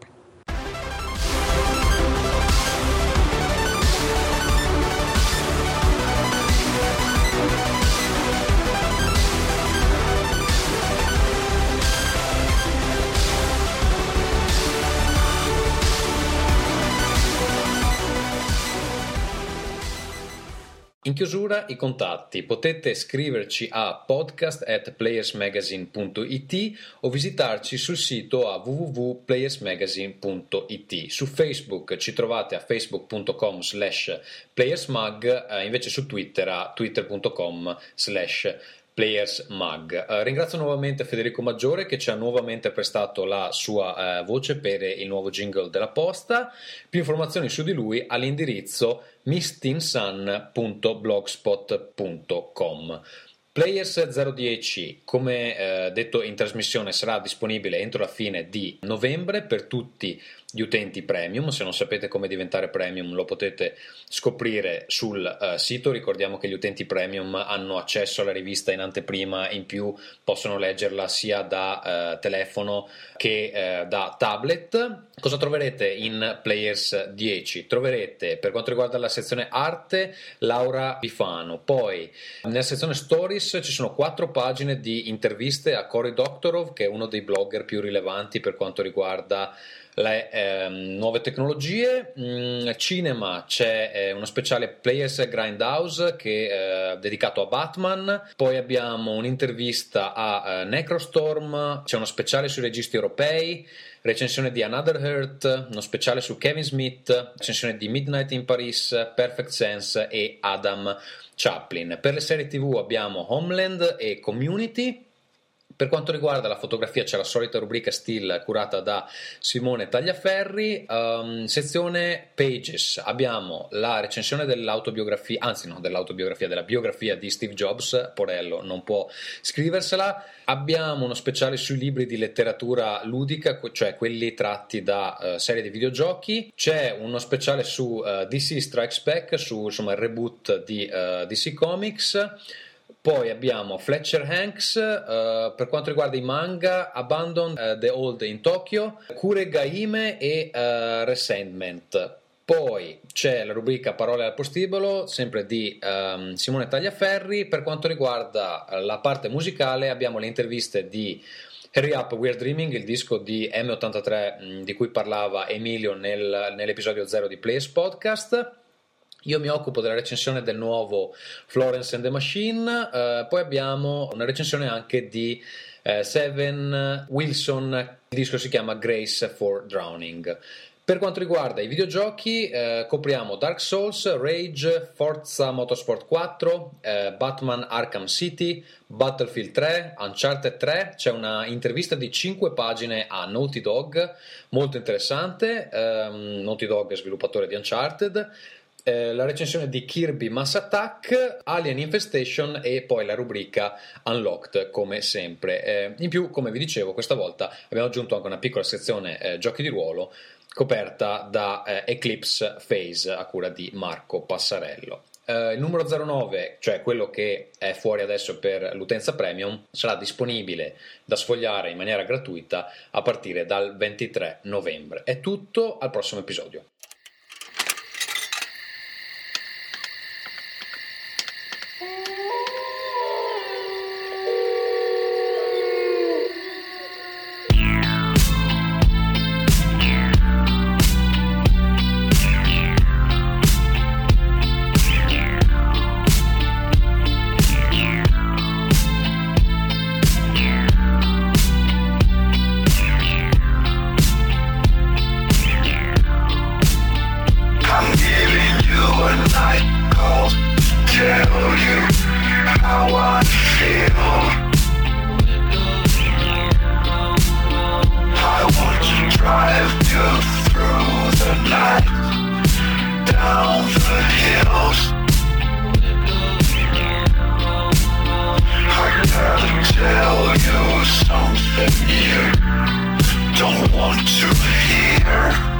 In chiusura i contatti, potete scriverci a podcast at playersmagazine punto it o visitarci sul sito a w w w punto playersmagazine punto it. Su Facebook ci trovate a facebook punto com slash playersmag, eh, invece su Twitter a twitter punto com slash playersmag. Uh, ringrazio nuovamente Federico Maggiore che ci ha nuovamente prestato la sua uh, voce per il nuovo jingle della posta. Più informazioni su di lui all'indirizzo mistinsun punto blogspot punto com. Players zero dieci, come eh, detto in trasmissione, sarà disponibile entro la fine di novembre per tutti gli utenti premium. Se non sapete come diventare premium lo potete scoprire sul uh, sito. Ricordiamo che gli utenti premium hanno accesso alla rivista in anteprima, in più possono leggerla sia da uh, telefono che uh, da tablet. Cosa troverete in Players dieci? Troverete, per quanto riguarda la sezione arte, Laura Bifano. Poi nella sezione stories ci sono quattro pagine di interviste a Cory Doctorow, che è uno dei blogger più rilevanti per quanto riguarda le eh, nuove tecnologie. Mm, cinema c'è eh, uno speciale Players Grindhouse che è eh, dedicato a Batman. Poi abbiamo un'intervista a eh, Necrostorm, c'è uno speciale sui registi europei, recensione di Another Earth, uno speciale su Kevin Smith, recensione di Midnight in Paris, Perfect Sense e Adam Chaplin. Per le serie tv abbiamo Homeland e Community. Per quanto riguarda la fotografia c'è la solita rubrica Still curata da Simone Tagliaferri. Um, sezione Pages, abbiamo la recensione dell'autobiografia, anzi no, dell'autobiografia, della biografia di Steve Jobs, Porello non può scriversela. Abbiamo uno speciale sui libri di letteratura ludica, cioè quelli tratti da uh, serie di videogiochi. C'è uno speciale su uh, D C Strikes Back, su insomma il reboot di uh, D C Comics. Poi abbiamo Fletcher Hanks, uh, per quanto riguarda i manga, Abandon uh, the Old in Tokyo, Kuregaime e uh, Resentment. Poi c'è la rubrica Parole al postibolo, sempre di um, Simone Tagliaferri. Per quanto riguarda la parte musicale abbiamo le interviste di Hurry Up We're Dreaming, il disco di M ottantatré mh, di cui parlava Emilio nel, nell'episodio zero di Players Podcast. Io mi occupo della recensione del nuovo Florence and the Machine, eh, poi abbiamo una recensione anche di eh, Seven Wilson, il disco si chiama Grace for Drowning. Per quanto riguarda i videogiochi, eh, copriamo Dark Souls, Rage, Forza Motorsport quattro, eh, Batman Arkham City, Battlefield tre, Uncharted tre. C'è una intervista di cinque pagine a Naughty Dog, molto interessante. ehm, Naughty Dog è sviluppatore di Uncharted. Eh, la recensione di Kirby Mass Attack, Alien Infestation e poi la rubrica Unlocked come sempre. Eh, in più, come vi dicevo, questa volta abbiamo aggiunto anche una piccola sezione eh, giochi di ruolo coperta da eh, Eclipse Phase a cura di Marco Passarello. Uh, il numero zero nove, cioè quello che è fuori adesso per l'utenza premium, sarà disponibile da sfogliare in maniera gratuita a partire dal ventitré novembre. È tutto, al prossimo episodio. Down the hills, I gotta tell you something you don't want to hear.